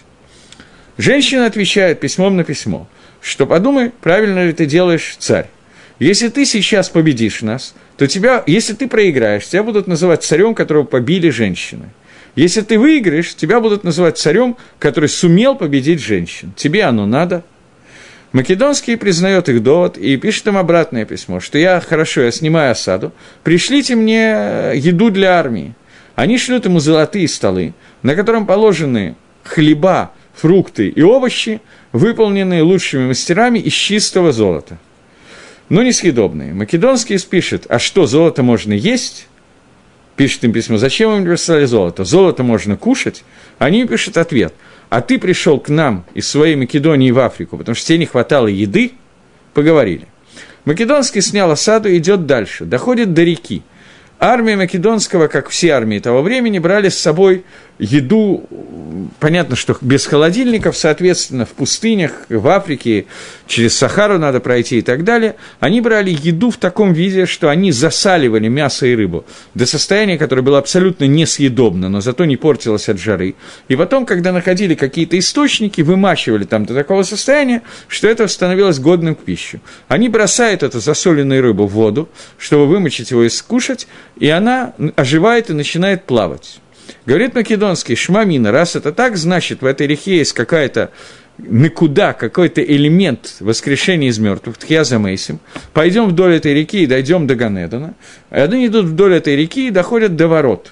Женщина отвечает письмом на письмо, что подумай, правильно ли ты делаешь, царь. Если ты сейчас победишь нас, то тебя, если ты проиграешь, тебя будут называть царем, которого побили женщины. Если ты выиграешь, тебя будут называть царем, который сумел победить женщин. Тебе оно надо. Македонский признает их довод и пишет им обратное письмо, что я, хорошо, я снимаю осаду, пришлите мне еду для армии. Они шлют ему золотые столы, на котором положены хлеба, фрукты и овощи, выполненные лучшими мастерами из чистого золота. Но несъедобные. Македонский пишет, а что, золото можно есть? Пишет им письмо, зачем им прислали золото? Золото можно кушать? Они пишут ответ, а ты пришел к нам из своей Македонии в Африку, потому что тебе не хватало еды? Поговорили. Македонский снял осаду и идет дальше, доходит до реки. Армия Македонского, как все армии того времени, брали с собой еду, понятно, что без холодильников, соответственно, в пустынях, в Африке, через Сахару надо пройти и так далее. Они брали еду в таком виде, что они засаливали мясо и рыбу до состояния, которое было абсолютно несъедобно, но зато не портилось от жары. И потом, когда находили какие-то источники, вымачивали там до такого состояния, что это становилось годным к пище. Они бросают эту засоленную рыбу в воду, чтобы вымочить его и скушать, и она оживает и начинает плавать. Говорит Македонский, шмамина, раз это так, значит, в этой реке есть какая-то никуда, какой-то элемент воскрешения из мертвых, тхьяза мейсим, пойдем вдоль этой реки и дойдем до Ганедана. Они идут вдоль этой реки и доходят до ворот.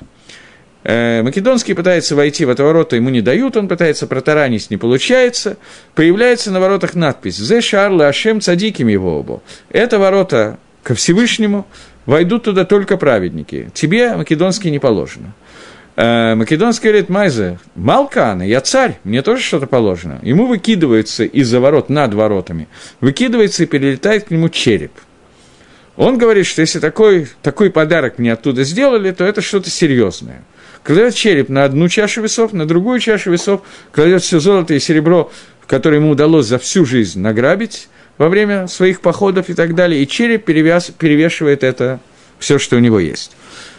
Македонский пытается войти в это ворота, ему не дают, он пытается протаранить, не получается. Появляется на воротах надпись «Зе шарлы ашем цадиким его обо». Это ворота ко Всевышнему, войдут туда только праведники. Тебе, Македонский, не положено. Македонский говорит, Майзе, Малкана, я царь, мне тоже что-то положено. Ему выкидывается из-за ворот над воротами, выкидывается и перелетает к нему череп. Он говорит, что если такой, такой подарок мне оттуда сделали, то это что-то серьезное. Кладет череп на одну чашу весов, на другую чашу весов, кладет все золото и серебро, которое ему удалось за всю жизнь награбить во время своих походов и так далее, и череп перевяз, перевешивает это все, что у него есть.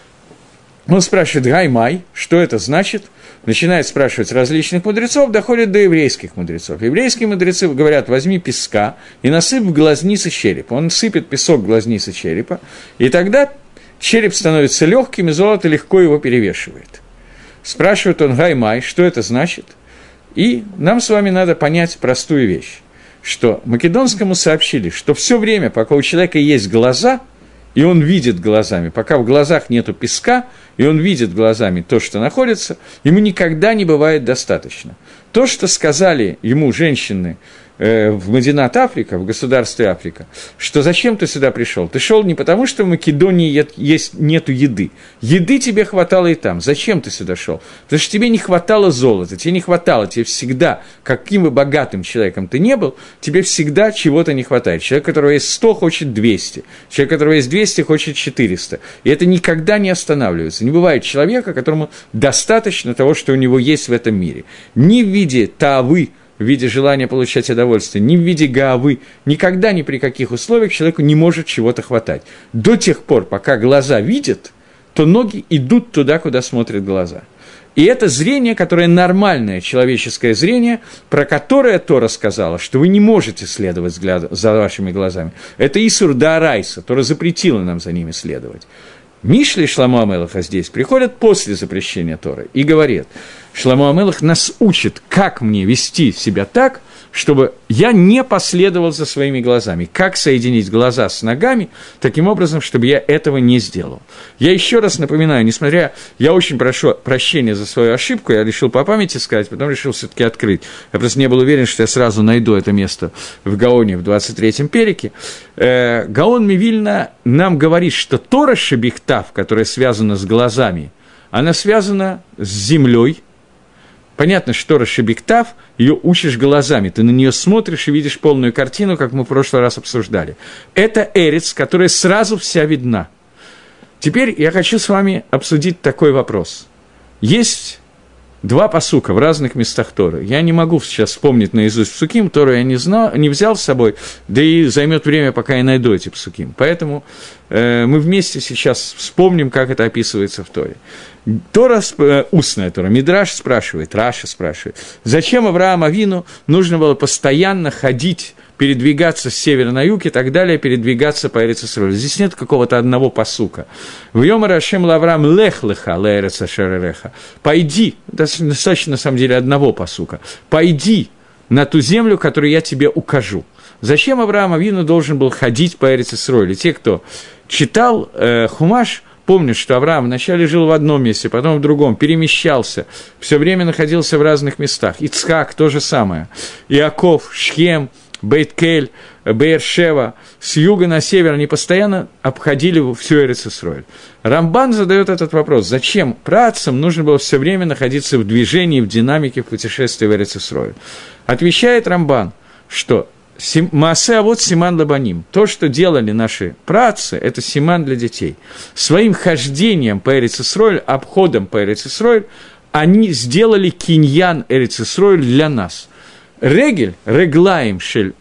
Он спрашивает «Гай-май», что это значит? Начинает спрашивать различных мудрецов, доходит до еврейских мудрецов. Еврейские мудрецы говорят, возьми песка и насыпь в глазницы черепа. Он сыпет песок в глазницы черепа, и тогда череп становится легким, и золото легко его перевешивает. Спрашивает он «Гай-май», что это значит? И нам с вами надо понять простую вещь, что Македонскому сообщили, что все время, пока у человека есть глаза, и он видит глазами, пока в глазах нету песка, и он видит глазами то, что находится, ему никогда не бывает достаточно. То, что сказали ему женщины э, в Мадинат Африка, в государстве Африка, что зачем ты сюда пришел? Ты шел не потому, что в Македонии есть, нету еды. Еды тебе хватало и там. Зачем ты сюда шел? Потому что тебе не хватало золота, тебе не хватало, тебе всегда, каким бы богатым человеком ты не был, тебе всегда чего-то не хватает. Человек, у которого есть сто, хочет двести. Человек, у которого есть двести, хочет четыреста. И это никогда не останавливается. Не бывает человека, которому достаточно того, что у него есть в этом мире. Ни в виде таавы, в виде желания получать удовольствие, ни в виде гаавы, никогда ни при каких условиях человеку не может чего-то хватать. До тех пор, пока глаза видят, то ноги идут туда, куда смотрят глаза. И это зрение, которое нормальное человеческое зрение, про которое Тора сказала, что вы не можете следовать взгляд за вашими глазами. Это Исур Даарайса, Тора запретила нам за ними следовать. Мишли Шломо ха-Мелеха здесь приходят после запрещения Торы и говорят, Шломо ха-Мелех нас учит, как мне вести себя так, чтобы я не последовал за своими глазами. Как соединить глаза с ногами, таким образом, чтобы я этого не сделал. Я еще раз напоминаю, несмотря, я очень прошу прощения за свою ошибку, я решил по памяти сказать, потом решил все-таки открыть. Я просто не был уверен, что я сразу найду это место в Гаоне, в двадцать третьем перике. Э, Гаон Мивильна нам говорит, что Тора Шебихтав, которая связана с глазами, она связана с землей. Понятно, что Тора Шебихтав, ее учишь глазами, ты на нее смотришь и видишь полную картину, как мы в прошлый раз обсуждали. Это эрец, которая сразу вся видна. Теперь я хочу с вами обсудить такой вопрос. Есть два пасука в разных местах Торы. Я не могу сейчас вспомнить наизусть псуким, Тору я не, знал, не взял с собой, да и займет время, пока я найду эти псуким. Поэтому э, мы вместе сейчас вспомним, как это описывается в Торе. Тора, устная Тора, Мидраш спрашивает, Раша спрашивает, зачем Аврааму Авину нужно было постоянно ходить, передвигаться с севера на юг и так далее, передвигаться по Эрец Исроэль. Здесь нет какого-то одного пасука. В Йомар Ашем Лавраам лех леха леэрец ашер эреха. Пойди, достаточно на самом деле одного пасука, пойди на ту землю, которую я тебе укажу. Зачем Авраам Авину должен был ходить по Эрец Исроэль? Те, кто читал э, Хумаш, помнят, что Авраам вначале жил в одном месте, потом в другом, перемещался, все время находился в разных местах. Ицхак – то же самое. Иаков, Шхем, Бейт-Кель, Беэр-Шева, с юга на север, они постоянно обходили всю Эрец Исроэль. Рамбан задает этот вопрос, зачем праотцам нужно было все время находиться в движении, в динамике, в путешествии в Эрец Исроэль? Отвечает Рамбан, что Маасе авот симан лабаним. То, что делали наши праотцы, это симан для детей. Своим хождением по Эрец Исроэль, обходом по Эрец Исроэль, они сделали киньян Эрец Исроэль для нас. Регель, реглаем шель,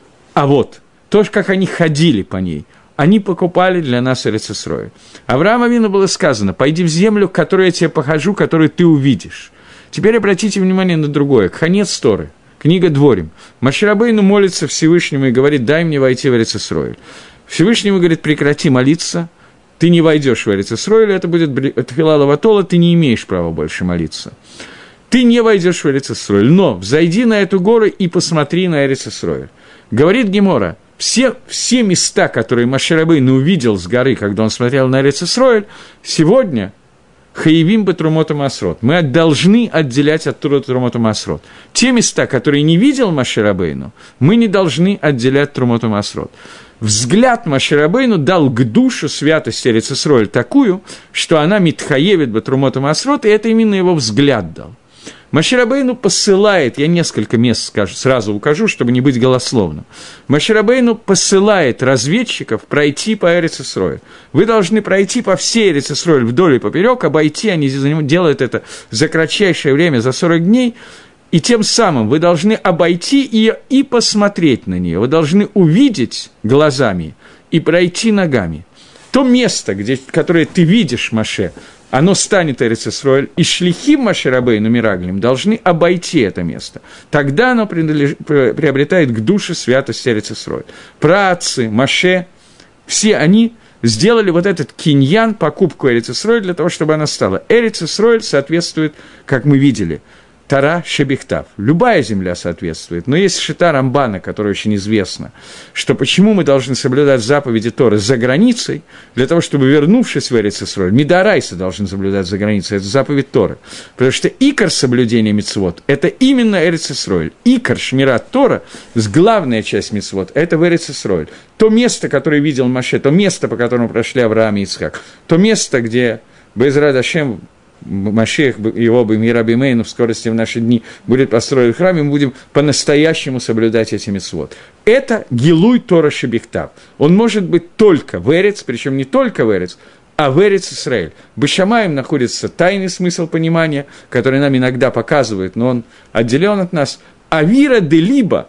а вот, то, как они ходили по ней, они покупали для нас Эрец Исроэль. Аврааму Авину было сказано, пойди в землю, к которой я тебе покажу, которую ты увидишь. Теперь обратите внимание на другое, конец Торы. Книга Дворим. Моше Рабейну молится Всевышнему и говорит, дай мне войти в Эрец Исроэль. Всевышнему говорит, прекрати молиться, ты не войдешь в Эрец Исроэль, это будет тфила лаватола, ты не имеешь права больше молиться. Ты не войдешь в Эрец Исроэль, но взойди на эту гору и посмотри на Эрец Исроэль. Говорит Гемора, все, все места, которые Моше Рабейну увидел с горы, когда он смотрел на Эрец Исроэль, сегодня хаевим бы трумота маасрот. Мы должны отделять от трумота маасрот. Те места, которые не видел Моше Рабейну, мы не должны отделять трумота маасрот. Взгляд Моше Рабейну дал к душу святости Эрец Исроэль такую, что она митхаевит бы трумота маасрот, и это именно его взгляд дал. Моше Рабейну посылает, я несколько мест скажу, сразу укажу, чтобы не быть голословным. Моше Рабейну посылает разведчиков пройти по Эрец Исроэль. Вы должны пройти по всей Эрец Исроэль вдоль и поперек, обойти, они делают это за кратчайшее время, за сорок дней, и тем самым вы должны обойти ее и посмотреть на нее. Вы должны увидеть глазами и пройти ногами. То место, где, которое ты видишь, Моше, оно станет Эрец Исроэль, и шлихи Моше Рабейну Мираглим должны обойти это место. Тогда оно принадлеж... приобретает к душе святость Эрец Исроэль. Праотцы, Моше, все они сделали вот этот киньян, покупку Эрец Исроэль, для того, чтобы она стала. Эрец Исроэль соответствует, как мы видели, Тора Шебихтав. Любая земля соответствует. Но есть шита Рамбана, которая очень известна, что почему мы должны соблюдать заповеди Торы за границей, для того, чтобы, вернувшись в Эрец Исроэль, мидарайса должны соблюдать за границей, это заповедь Торы. Потому что икор соблюдения мицвот – это именно Эрец Исроэль. Икор, шмират Тора, главная часть мицвот – это в Эрец Исроэль. То место, которое видел Моше, то место, по которому прошли Авраам и Ицхак, то место, где Бе'эзрат Ашем, Машиах, его бы Мира Бимейну в скорости в наши дни будет построен храм, и мы будем по-настоящему соблюдать эти мицвот. Это Гилуй Тора Шебихтав. Он может быть только в Эрец, причем не только в Эрец, а в Эрец Исраэль. Бешамаим находится тайный смысл понимания, который нам иногда показывает, но он отделен от нас. Авира де либо,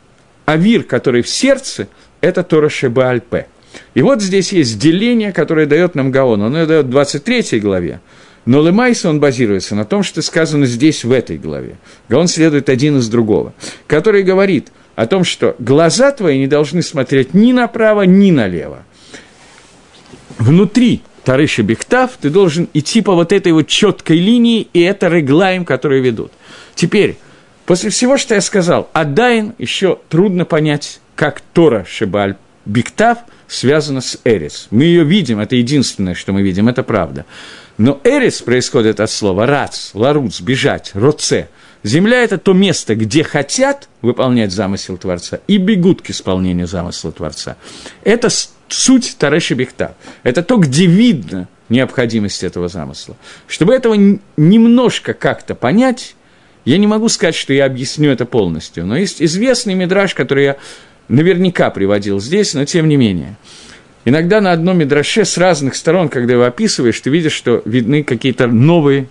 авир, который в сердце, это Тора Шебаальпе. И вот здесь есть деление, которое дает нам Гаон. Он ее дает в двадцать третьей главе. Но Лемайса он базируется на том, что сказано здесь, в этой главе. Гаон следует один из другого, который говорит о том, что глаза твои не должны смотреть ни направо, ни налево. Внутри Торы Шебихтав ты должен идти по вот этой вот четкой линии, и это реглаим, которые ведут. Теперь, После всего, что я сказал, Адайн еще трудно понять, как Тора Шебааль Биктав связана с Эрец. Мы ее видим, это единственное, что мы видим, это правда. Но Эрец происходит от слова рац, ларуц, бежать, роце. Земля – это то место, где хотят выполнять замысел Творца и бегут к исполнению замысла Творца. Это суть Торы Шебиктав. Это то, где видно необходимость этого замысла. Чтобы этого немножко как-то понять, я не могу сказать, что я объясню это полностью, но есть известный мидраш, который я наверняка приводил здесь, но тем не менее. Иногда на одном мидраше с разных сторон, когда его описываешь, ты видишь, что видны какие-то новые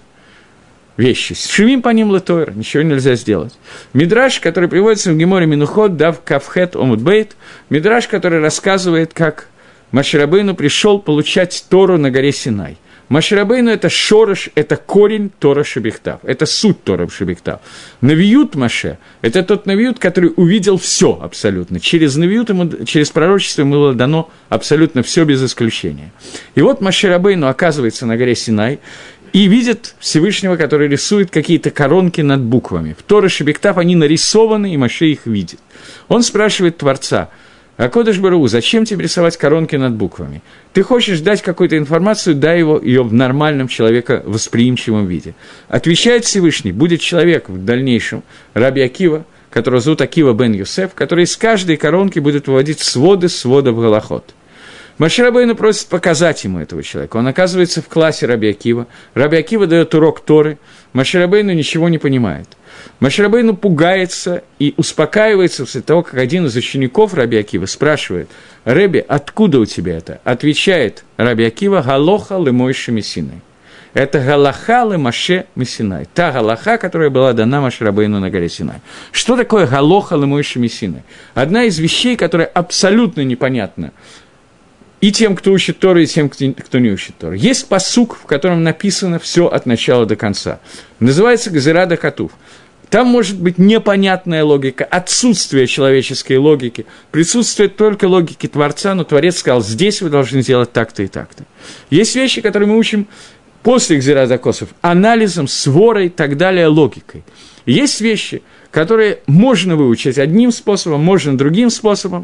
вещи. Шивим по ним летойр, ничего нельзя сделать. Мидраш, который приводится в Геморе Минухот, дав кавхет омут бейт, мидраш, который рассказывает, как Моше Рабейну пришел получать Тору на горе Синай. Моше Рабейну – это шорош, это корень Тора Шебиктав, это суть Тора Шебиктав. Навиют Моше – это тот навиют, который увидел все абсолютно. Через навиют, ему, через пророчество ему было дано абсолютно все без исключения. И вот Моше Рабейну оказывается на горе Синай и видит Всевышнего, который рисует какие-то коронки над буквами. В Торе Шебиктав они нарисованы, и Моше их видит. Он спрашивает Творца: «А Кодеш Бару, зачем тебе рисовать коронки над буквами? Ты хочешь дать какую-то информацию, дай его, ее в нормальном человековосприимчивом виде». Отвечает Всевышний: будет человек в дальнейшем, Раби Акива, которого зовут Акива бен Йосеф, который из каждой коронки будет выводить своды сводов галахот. Моше Рабейну просит показать ему этого человека. Он оказывается в классе Раби Акива. Раби Акива дает урок Торы. Моше Рабейну ничего не понимает. Моше Рабейну пугается и успокаивается после того, как один из учеников Раби Акива спрашивает: «Ребе, откуда у тебя это?» Отвечает Раби Акива: «Галоха ле Мойше Мессинай». Это галаха ле Моше Мессинай. Та галаха, которая была дана Моше Рабейну на горе Синай. Что такое галоха ле Мойше Мессинай? Одна из вещей, которая абсолютно непонятна и тем, кто учит Тору, и тем, кто не учит Тору. Есть пасук, в котором написано все от начала до конца. Называется «Гзера да Катув». Там может быть непонятная логика, отсутствие человеческой логики, присутствует только логики Творца, но Творец сказал: здесь вы должны делать так-то и так-то. Есть вещи, которые мы учим после «Гзера да Косов», анализом, сворой и так далее, логикой. Есть вещи, которые можно выучить одним способом, можно другим способом,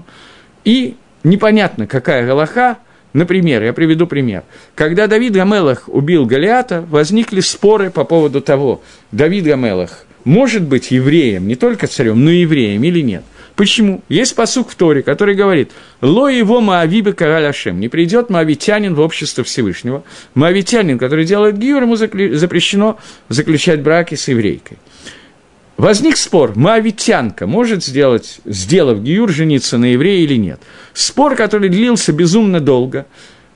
и непонятно, какая галаха. Например, я приведу пример. Когда Давид га-Мелех убил Голиата, возникли споры по поводу того, Давид га-Мелех может быть евреем, не только царем, но и евреем или нет. Почему? Есть пасук в Торе, который говорит: «Ло его Моавибе караль Ашем». Не придет моавитянин в общество Всевышнего. Моавитянин, который делает гиюр, ему запрещено заключать браки с еврейкой. Возник спор, моавитянка может сделать, сделав гиюр, жениться на еврее или нет. Спор, который длился безумно долго,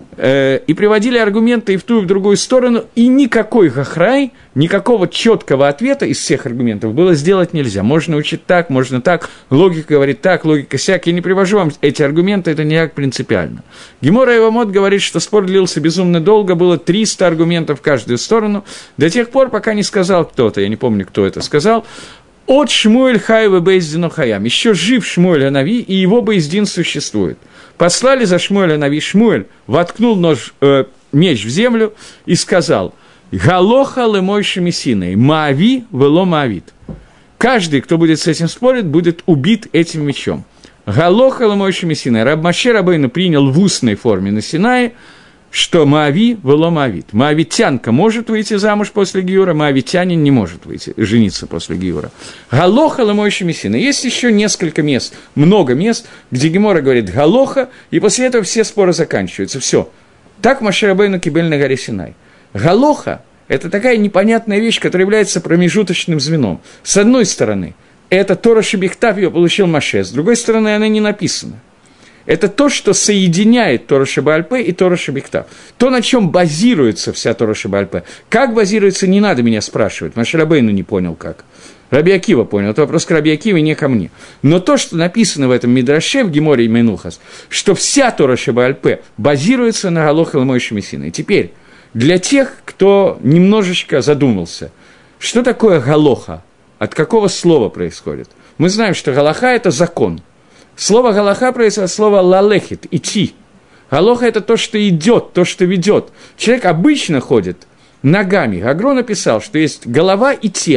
э, и приводили аргументы и в ту, и в другую сторону, и никакой гахрай, никакого четкого ответа из всех аргументов было сделать нельзя. Можно учить так, можно так, логика говорит так, логика сяк. Я не привожу вам эти аргументы, это не так принципиально. Гемора Ивамот говорит, что спор длился безумно долго, было триста аргументов в каждую сторону, до тех пор, пока не сказал кто-то, я не помню, кто это сказал: «От Шмуэль Хайва Бейздину Хаям». Еще жив Шмуэль Анави, и его Бейздин существует. Послали за Шмуэль Анави. Шмуэль воткнул нож, э, меч в землю и сказал: «Галоха ле Мойше Мессинай, Маави вело Маавит». Каждый, кто будет с этим спорить, будет убит этим мечом. Галоха ле Мойше Мессинай. Раб Моше Рабейну принял в устной форме на Синае, что Маави вело Маавит. Моавитянка может выйти замуж после гиюра, моавитянин не может выйти, жениться после гиюра. Галоха ле Мойше Мессинай. Есть еще несколько мест, много мест, где Гемора говорит галоха, и после этого все споры заканчиваются. Все. Так Моше Рабейну кибель на горе Синай. Галоха – это такая непонятная вещь, которая является промежуточным звеном. С одной стороны, это Тора Шебиктав, ее получил Моше, с другой стороны, она не написана. Это то, что соединяет Тора Шебааль Пе и Тора Шебиктав. То, на чем базируется вся Тора Шебааль Пе. Как базируется, не надо меня спрашивать. Моше Рабейну не понял, как. Раби Акива понял. Это вопрос к Раби Акиве, не ко мне. Но то, что написано в этом Мидраше, в Геморе и Менухас, что вся Тора Шебааль Пе базируется на Галоха ле Мойше Мессинай. Теперь, для тех, кто немножечко задумался, что такое галоха, от какого слова происходит? Мы знаем, что галаха – это закон. Слово галаха происходит от слова лалехит – идти. Галоха – это то, что идет, то, что ведет. Человек обычно ходит ногами. Агро написал, что есть голова и тело.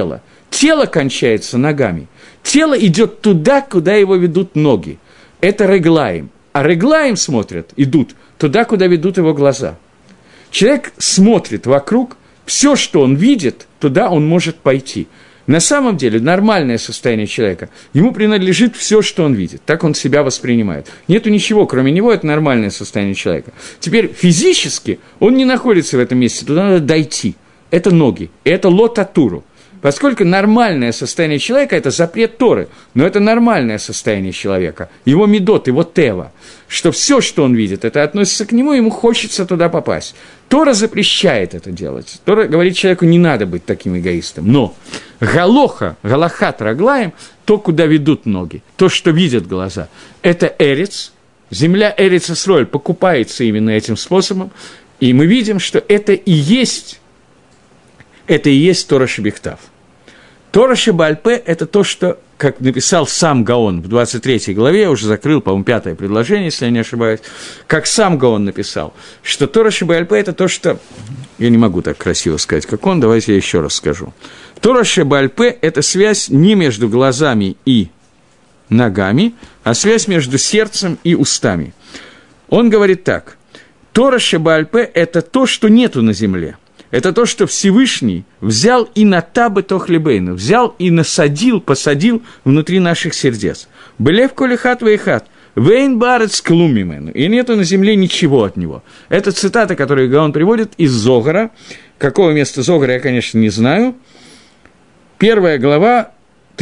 Тело кончается ногами. Тело идет туда, куда его ведут ноги. Это реглаим. А реглаим смотрят, идут туда, куда ведут его глаза. Человек смотрит вокруг, все, что он видит, туда он может пойти. На самом деле, нормальное состояние человека, ему принадлежит все, что он видит. Так он себя воспринимает. Нету ничего, кроме него, это нормальное состояние человека. Теперь физически он не находится в этом месте, туда надо дойти. Это ноги, это лотатуру. Поскольку нормальное состояние человека – это запрет Торы, но это нормальное состояние человека, его медот, его тева, что все, что он видит, это относится к нему, ему хочется туда попасть. Тора запрещает это делать. Тора говорит человеку, не надо быть таким эгоистом. Но галоха, галахат раглаем, то, куда ведут ноги, то, что видят глаза, это эрец, земля Эрец Исроэль покупается именно этим способом, и мы видим, что это и есть, это и есть Тора Шебехтав. Тора Шебааль-Пе – это то, что, как написал сам Гаон в двадцать третьей главе, я уже закрыл, по-моему, пятое предложение, если я не ошибаюсь, как сам Гаон написал, что Тора Шебааль-Пе – это то, что… Я не могу так красиво сказать, как он, давайте я еще раз скажу. Тора Шебааль-Пе – это связь не между глазами и ногами, а связь между сердцем и устами. Он говорит так, Тора Шебааль-Пе – это то, что нету на земле. Это то, что Всевышний взял и на табы тохлебейну, взял и насадил, посадил внутри наших сердец. «Белев колихат вейхат, вейн барец клумимену», и нету на земле ничего от него. Это цитата, которую Гаон приводит из Зогара. Какого места Зогара, я, конечно, не знаю. Первая глава,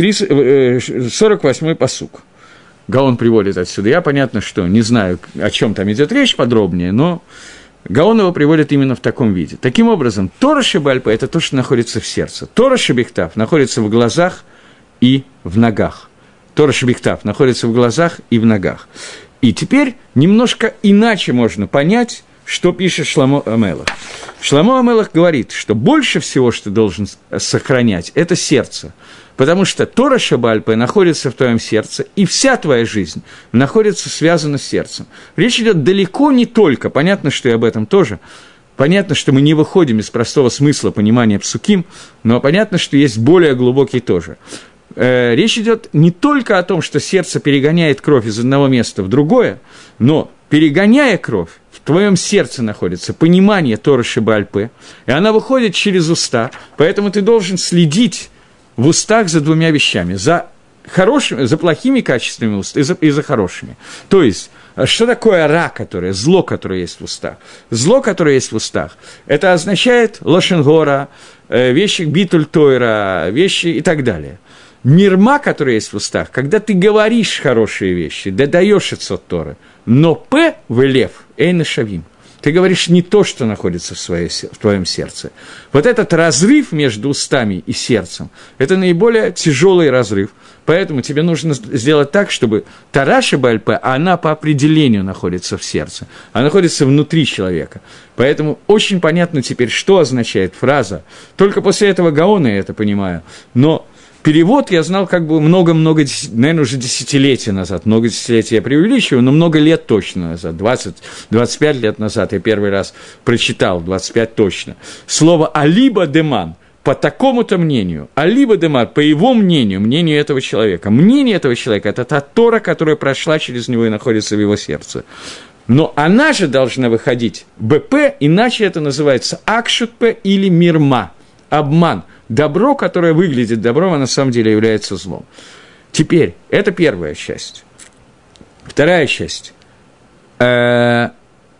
сорок восьмой пасук. Гаон приводит отсюда. Я, понятно, что не знаю, о чем там идет речь подробнее, но Гаон его приводит именно в таком виде. Таким образом, Тора Шебааль-Пе – это то, что находится в сердце. Тора Шебехтав находится в глазах и в ногах. Тора Шебехтав находится в глазах и в ногах. И теперь немножко иначе можно понять, что пишет Шломо Амелах. Шломо Амелах говорит, что больше всего, что должен сохранять, это сердце. Потому что Тора Шебааль-Пе находится в твоем сердце, и вся твоя жизнь находится связана с сердцем. Речь идет далеко не только, понятно, что и об этом тоже, понятно, что мы не выходим из простого смысла понимания псуким, но понятно, что есть более глубокий тоже. Э, речь идет не только о том, что сердце перегоняет кровь из одного места в другое, но, перегоняя кровь, в твоем сердце находится понимание Торы Шебааль-Пе, и она выходит через уста, поэтому ты должен следить в устах за двумя вещами, за, хорошими, за плохими качествами уст и за, и за хорошими. То есть, что такое ра, которое, зло, которое есть в устах? Зло, которое есть в устах, это означает лошенгора, вещи битуль тойра, вещи и так далее. Мирма, которая есть в устах, когда ты говоришь хорошие вещи, да даешь от Торы, но п в лев, эйна шавим. Ты говоришь не то, что находится в, своей, в твоем сердце. Вот этот разрыв между устами и сердцем – это наиболее тяжелый разрыв. Поэтому тебе нужно сделать так, чтобы Тора Шебааль-Пе, она по определению находится в сердце, она находится внутри человека. Поэтому очень понятно теперь, что означает фраза. Только после этого Гаона я это понимаю. Но перевод я знал как бы много-много, наверное, уже десятилетия назад. Много десятилетий я преувеличиваю, но много лет точно назад. двадцать-двадцать пять лет назад я первый раз прочитал, двадцать пять точно. Слово «алиба деман» по такому-то мнению, «алиба деман» по его мнению, мнению этого человека. Мнение этого человека – это та Тора, которая прошла через него и находится в его сердце. Но она же должна выходить БП, иначе это называется акшутпе или мирма, обман. Добро, которое выглядит добром, а на самом деле является злом. Теперь, это первая часть. Вторая часть. Э-э-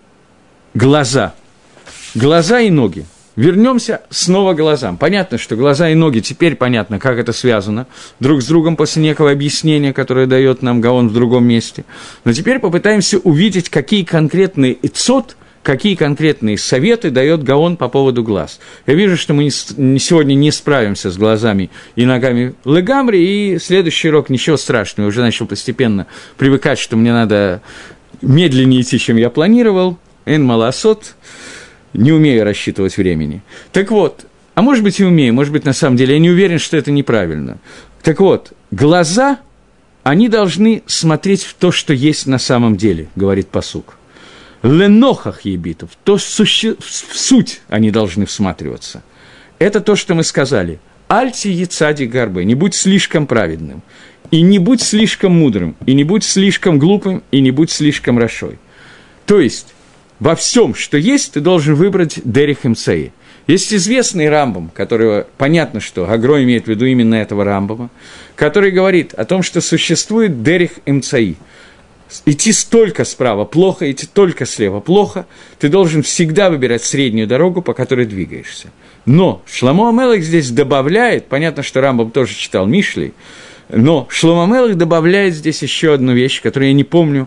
глаза. Глаза и ноги. Вернемся снова к глазам. Понятно, что глаза и ноги, теперь понятно, как это связано друг с другом после некого объяснения, которое дает нам Гаон в другом месте. Но теперь попытаемся увидеть, какие конкретные ицот, какие конкретные советы дает Гаон по поводу глаз. Я вижу, что мы не, сегодня не справимся с глазами и ногами легамри, и следующий урок ничего страшного. Я уже начал постепенно привыкать, что мне надо медленнее идти, чем я планировал. Эн маласот. Не умею рассчитывать времени. Так вот, а может быть и умею, может быть на самом деле, я не уверен, что это неправильно. Так вот, глаза, они должны смотреть в то, что есть на самом деле, говорит пасук. Ленохах ебитов, то в суть они должны всматриваться. Это то, что мы сказали. альти яцади гарбы, не будь слишком праведным, и не будь слишком мудрым, и не будь слишком глупым, и не будь слишком рашой. То есть, во всем, что есть, ты должен выбрать дерих эмцаи. Есть известный Рамбам, которого понятно, что Агро имеет в виду именно этого Рамбама, который говорит о том, что существует дерих эмцаи. Идти столько справа плохо, идти только слева плохо, ты должен всегда выбирать среднюю дорогу, по которой двигаешься. Но Шломо ха-Мелех здесь добавляет, понятно, что Рамбам тоже читал Мишлей, но Шломо ха-Мелех добавляет здесь еще одну вещь, которую я не помню,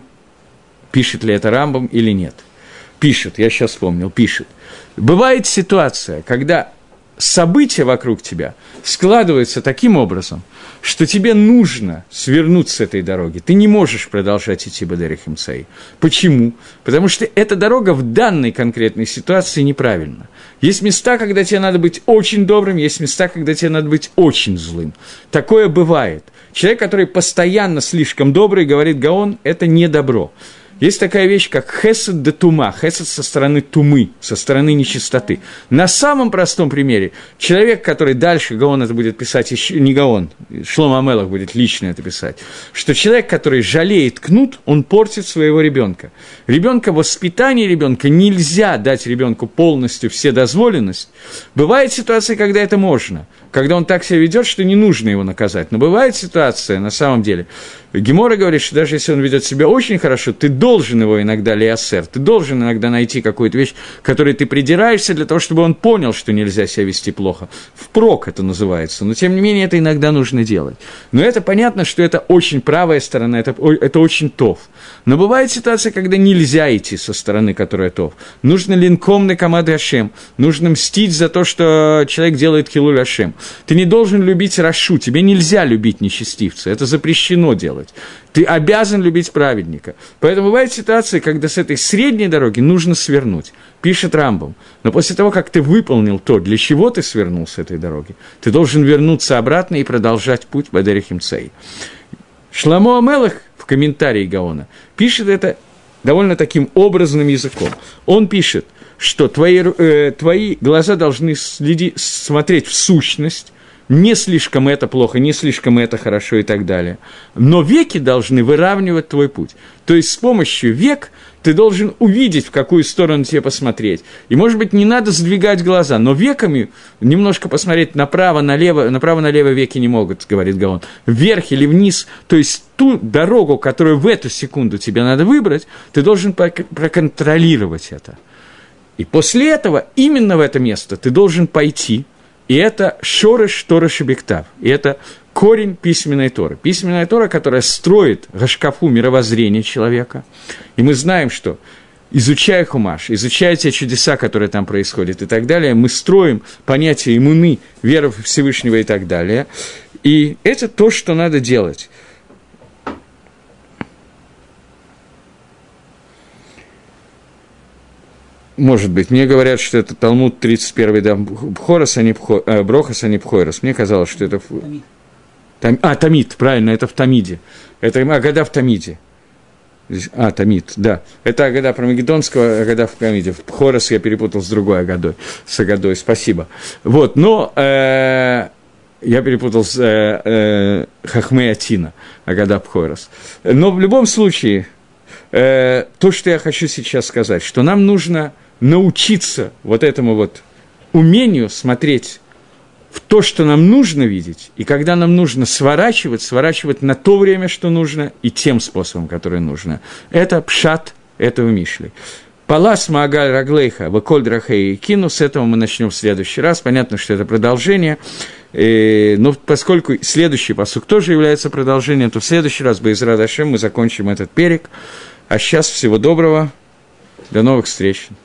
пишет ли это Рамбам или нет. Пишет, я сейчас вспомнил, пишет. Бывает ситуация, когда события вокруг тебя складываются таким образом, что тебе нужно свернуть с этой дороги. Ты не можешь продолжать идти бадерих эмцаи. Почему? Потому что эта дорога в данной конкретной ситуации неправильна. Есть места, когда тебе надо быть очень добрым, есть места, когда тебе надо быть очень злым. Такое бывает. Человек, который постоянно слишком добрый, говорит Гаон, это не добро. Есть такая вещь, как хесед де тума, хесед со стороны тумы, со стороны нечистоты. На самом простом примере, человек, который дальше, Гаон это будет писать, еще, не Гаон, Шломо ха-Мелех будет лично это писать, что человек, который жалеет кнут, он портит своего ребенка. Ребенка, воспитание ребенка нельзя дать ребенку полностью вседозволенность. Бывает ситуация, когда это можно, когда он так себя ведет, что не нужно его наказать. Но бывает ситуация, на самом деле, Гемора говорит, что даже если он ведет себя очень хорошо, ты должен его иногда лиасер, ты должен иногда найти какую-то вещь, которой ты придираешься для того, чтобы он понял, что нельзя себя вести плохо. Впрок это называется, но тем не менее это иногда нужно делать. Но это понятно, что это очень правая сторона, это, это очень тов. Но бывает ситуация, когда нельзя идти со стороны, которая тов. Нужно линком на команды Ашем, нужно мстить за то, что человек делает хилуль Ашем. Ты не должен любить рашу, тебе нельзя любить нечестивца, это запрещено делать. Ты обязан любить праведника. Поэтому бывает ситуация, когда с этой средней дороги нужно свернуть, пишет Рамбам. Но после того, как ты выполнил то, для чего ты свернул с этой дороги, ты должен вернуться обратно и продолжать путь бадерих эмцаи. Шломо ха-Мелех в комментарии Гаона пишет это довольно таким образным языком. Он пишет, что твои, э, твои глаза должны следи, смотреть в сущность, не слишком это плохо, не слишком это хорошо и так далее. Но веки должны выравнивать твой путь. То есть с помощью век ты должен увидеть, в какую сторону тебе посмотреть. И, может быть, не надо сдвигать глаза, но веками немножко посмотреть направо, налево. Направо-налево веки не могут, говорит Гаон. Вверх или вниз. То есть ту дорогу, которую в эту секунду тебе надо выбрать, ты должен проконтролировать это. И после этого, именно в это место ты должен пойти. И это шореш Тора шебектав. И это корень письменной Торы. Письменная Тора, которая строит гашкафу мировоззрения человека. И мы знаем, что, изучая Хумаш, изучая те чудеса, которые там происходят и так далее, мы строим понятие иммуны, веры в Всевышнего и так далее. И это то, что надо делать. Может быть. Мне говорят, что это Талмуд тридцать первый дам Бхорос, а не Бхо, э, Брохос, а не Бхойрос. Мне казалось, что это... Тамид. Там, а, Тамид, правильно, это в Тамиде. Это Агада в Тамиде. А, Тамид, да. Это Агада про Магеддонского, Агада в Тамиде. В Бхорос я перепутал с другой Агадой. С Агадой, спасибо. Вот, но... Э, я перепутал с э, э, Хахмей Атина, Агада Бхойрос. Но в любом случае... Э, то, что я хочу сейчас сказать, что нам нужно научиться вот этому вот умению смотреть в то, что нам нужно видеть, и когда нам нужно сворачивать, сворачивать на то время, что нужно, и тем способом, который нужно. Это пшат этого Мишли. Палас Маагаль Раглейха, Ваколь Драхей Кину, с этого мы начнем в следующий раз. Понятно, что это продолжение, э, но поскольку следующий пасук тоже является продолжением, то в следующий раз, Бе'эзрат Ашем, мы закончим этот перек. А сейчас всего доброго, до новых встреч.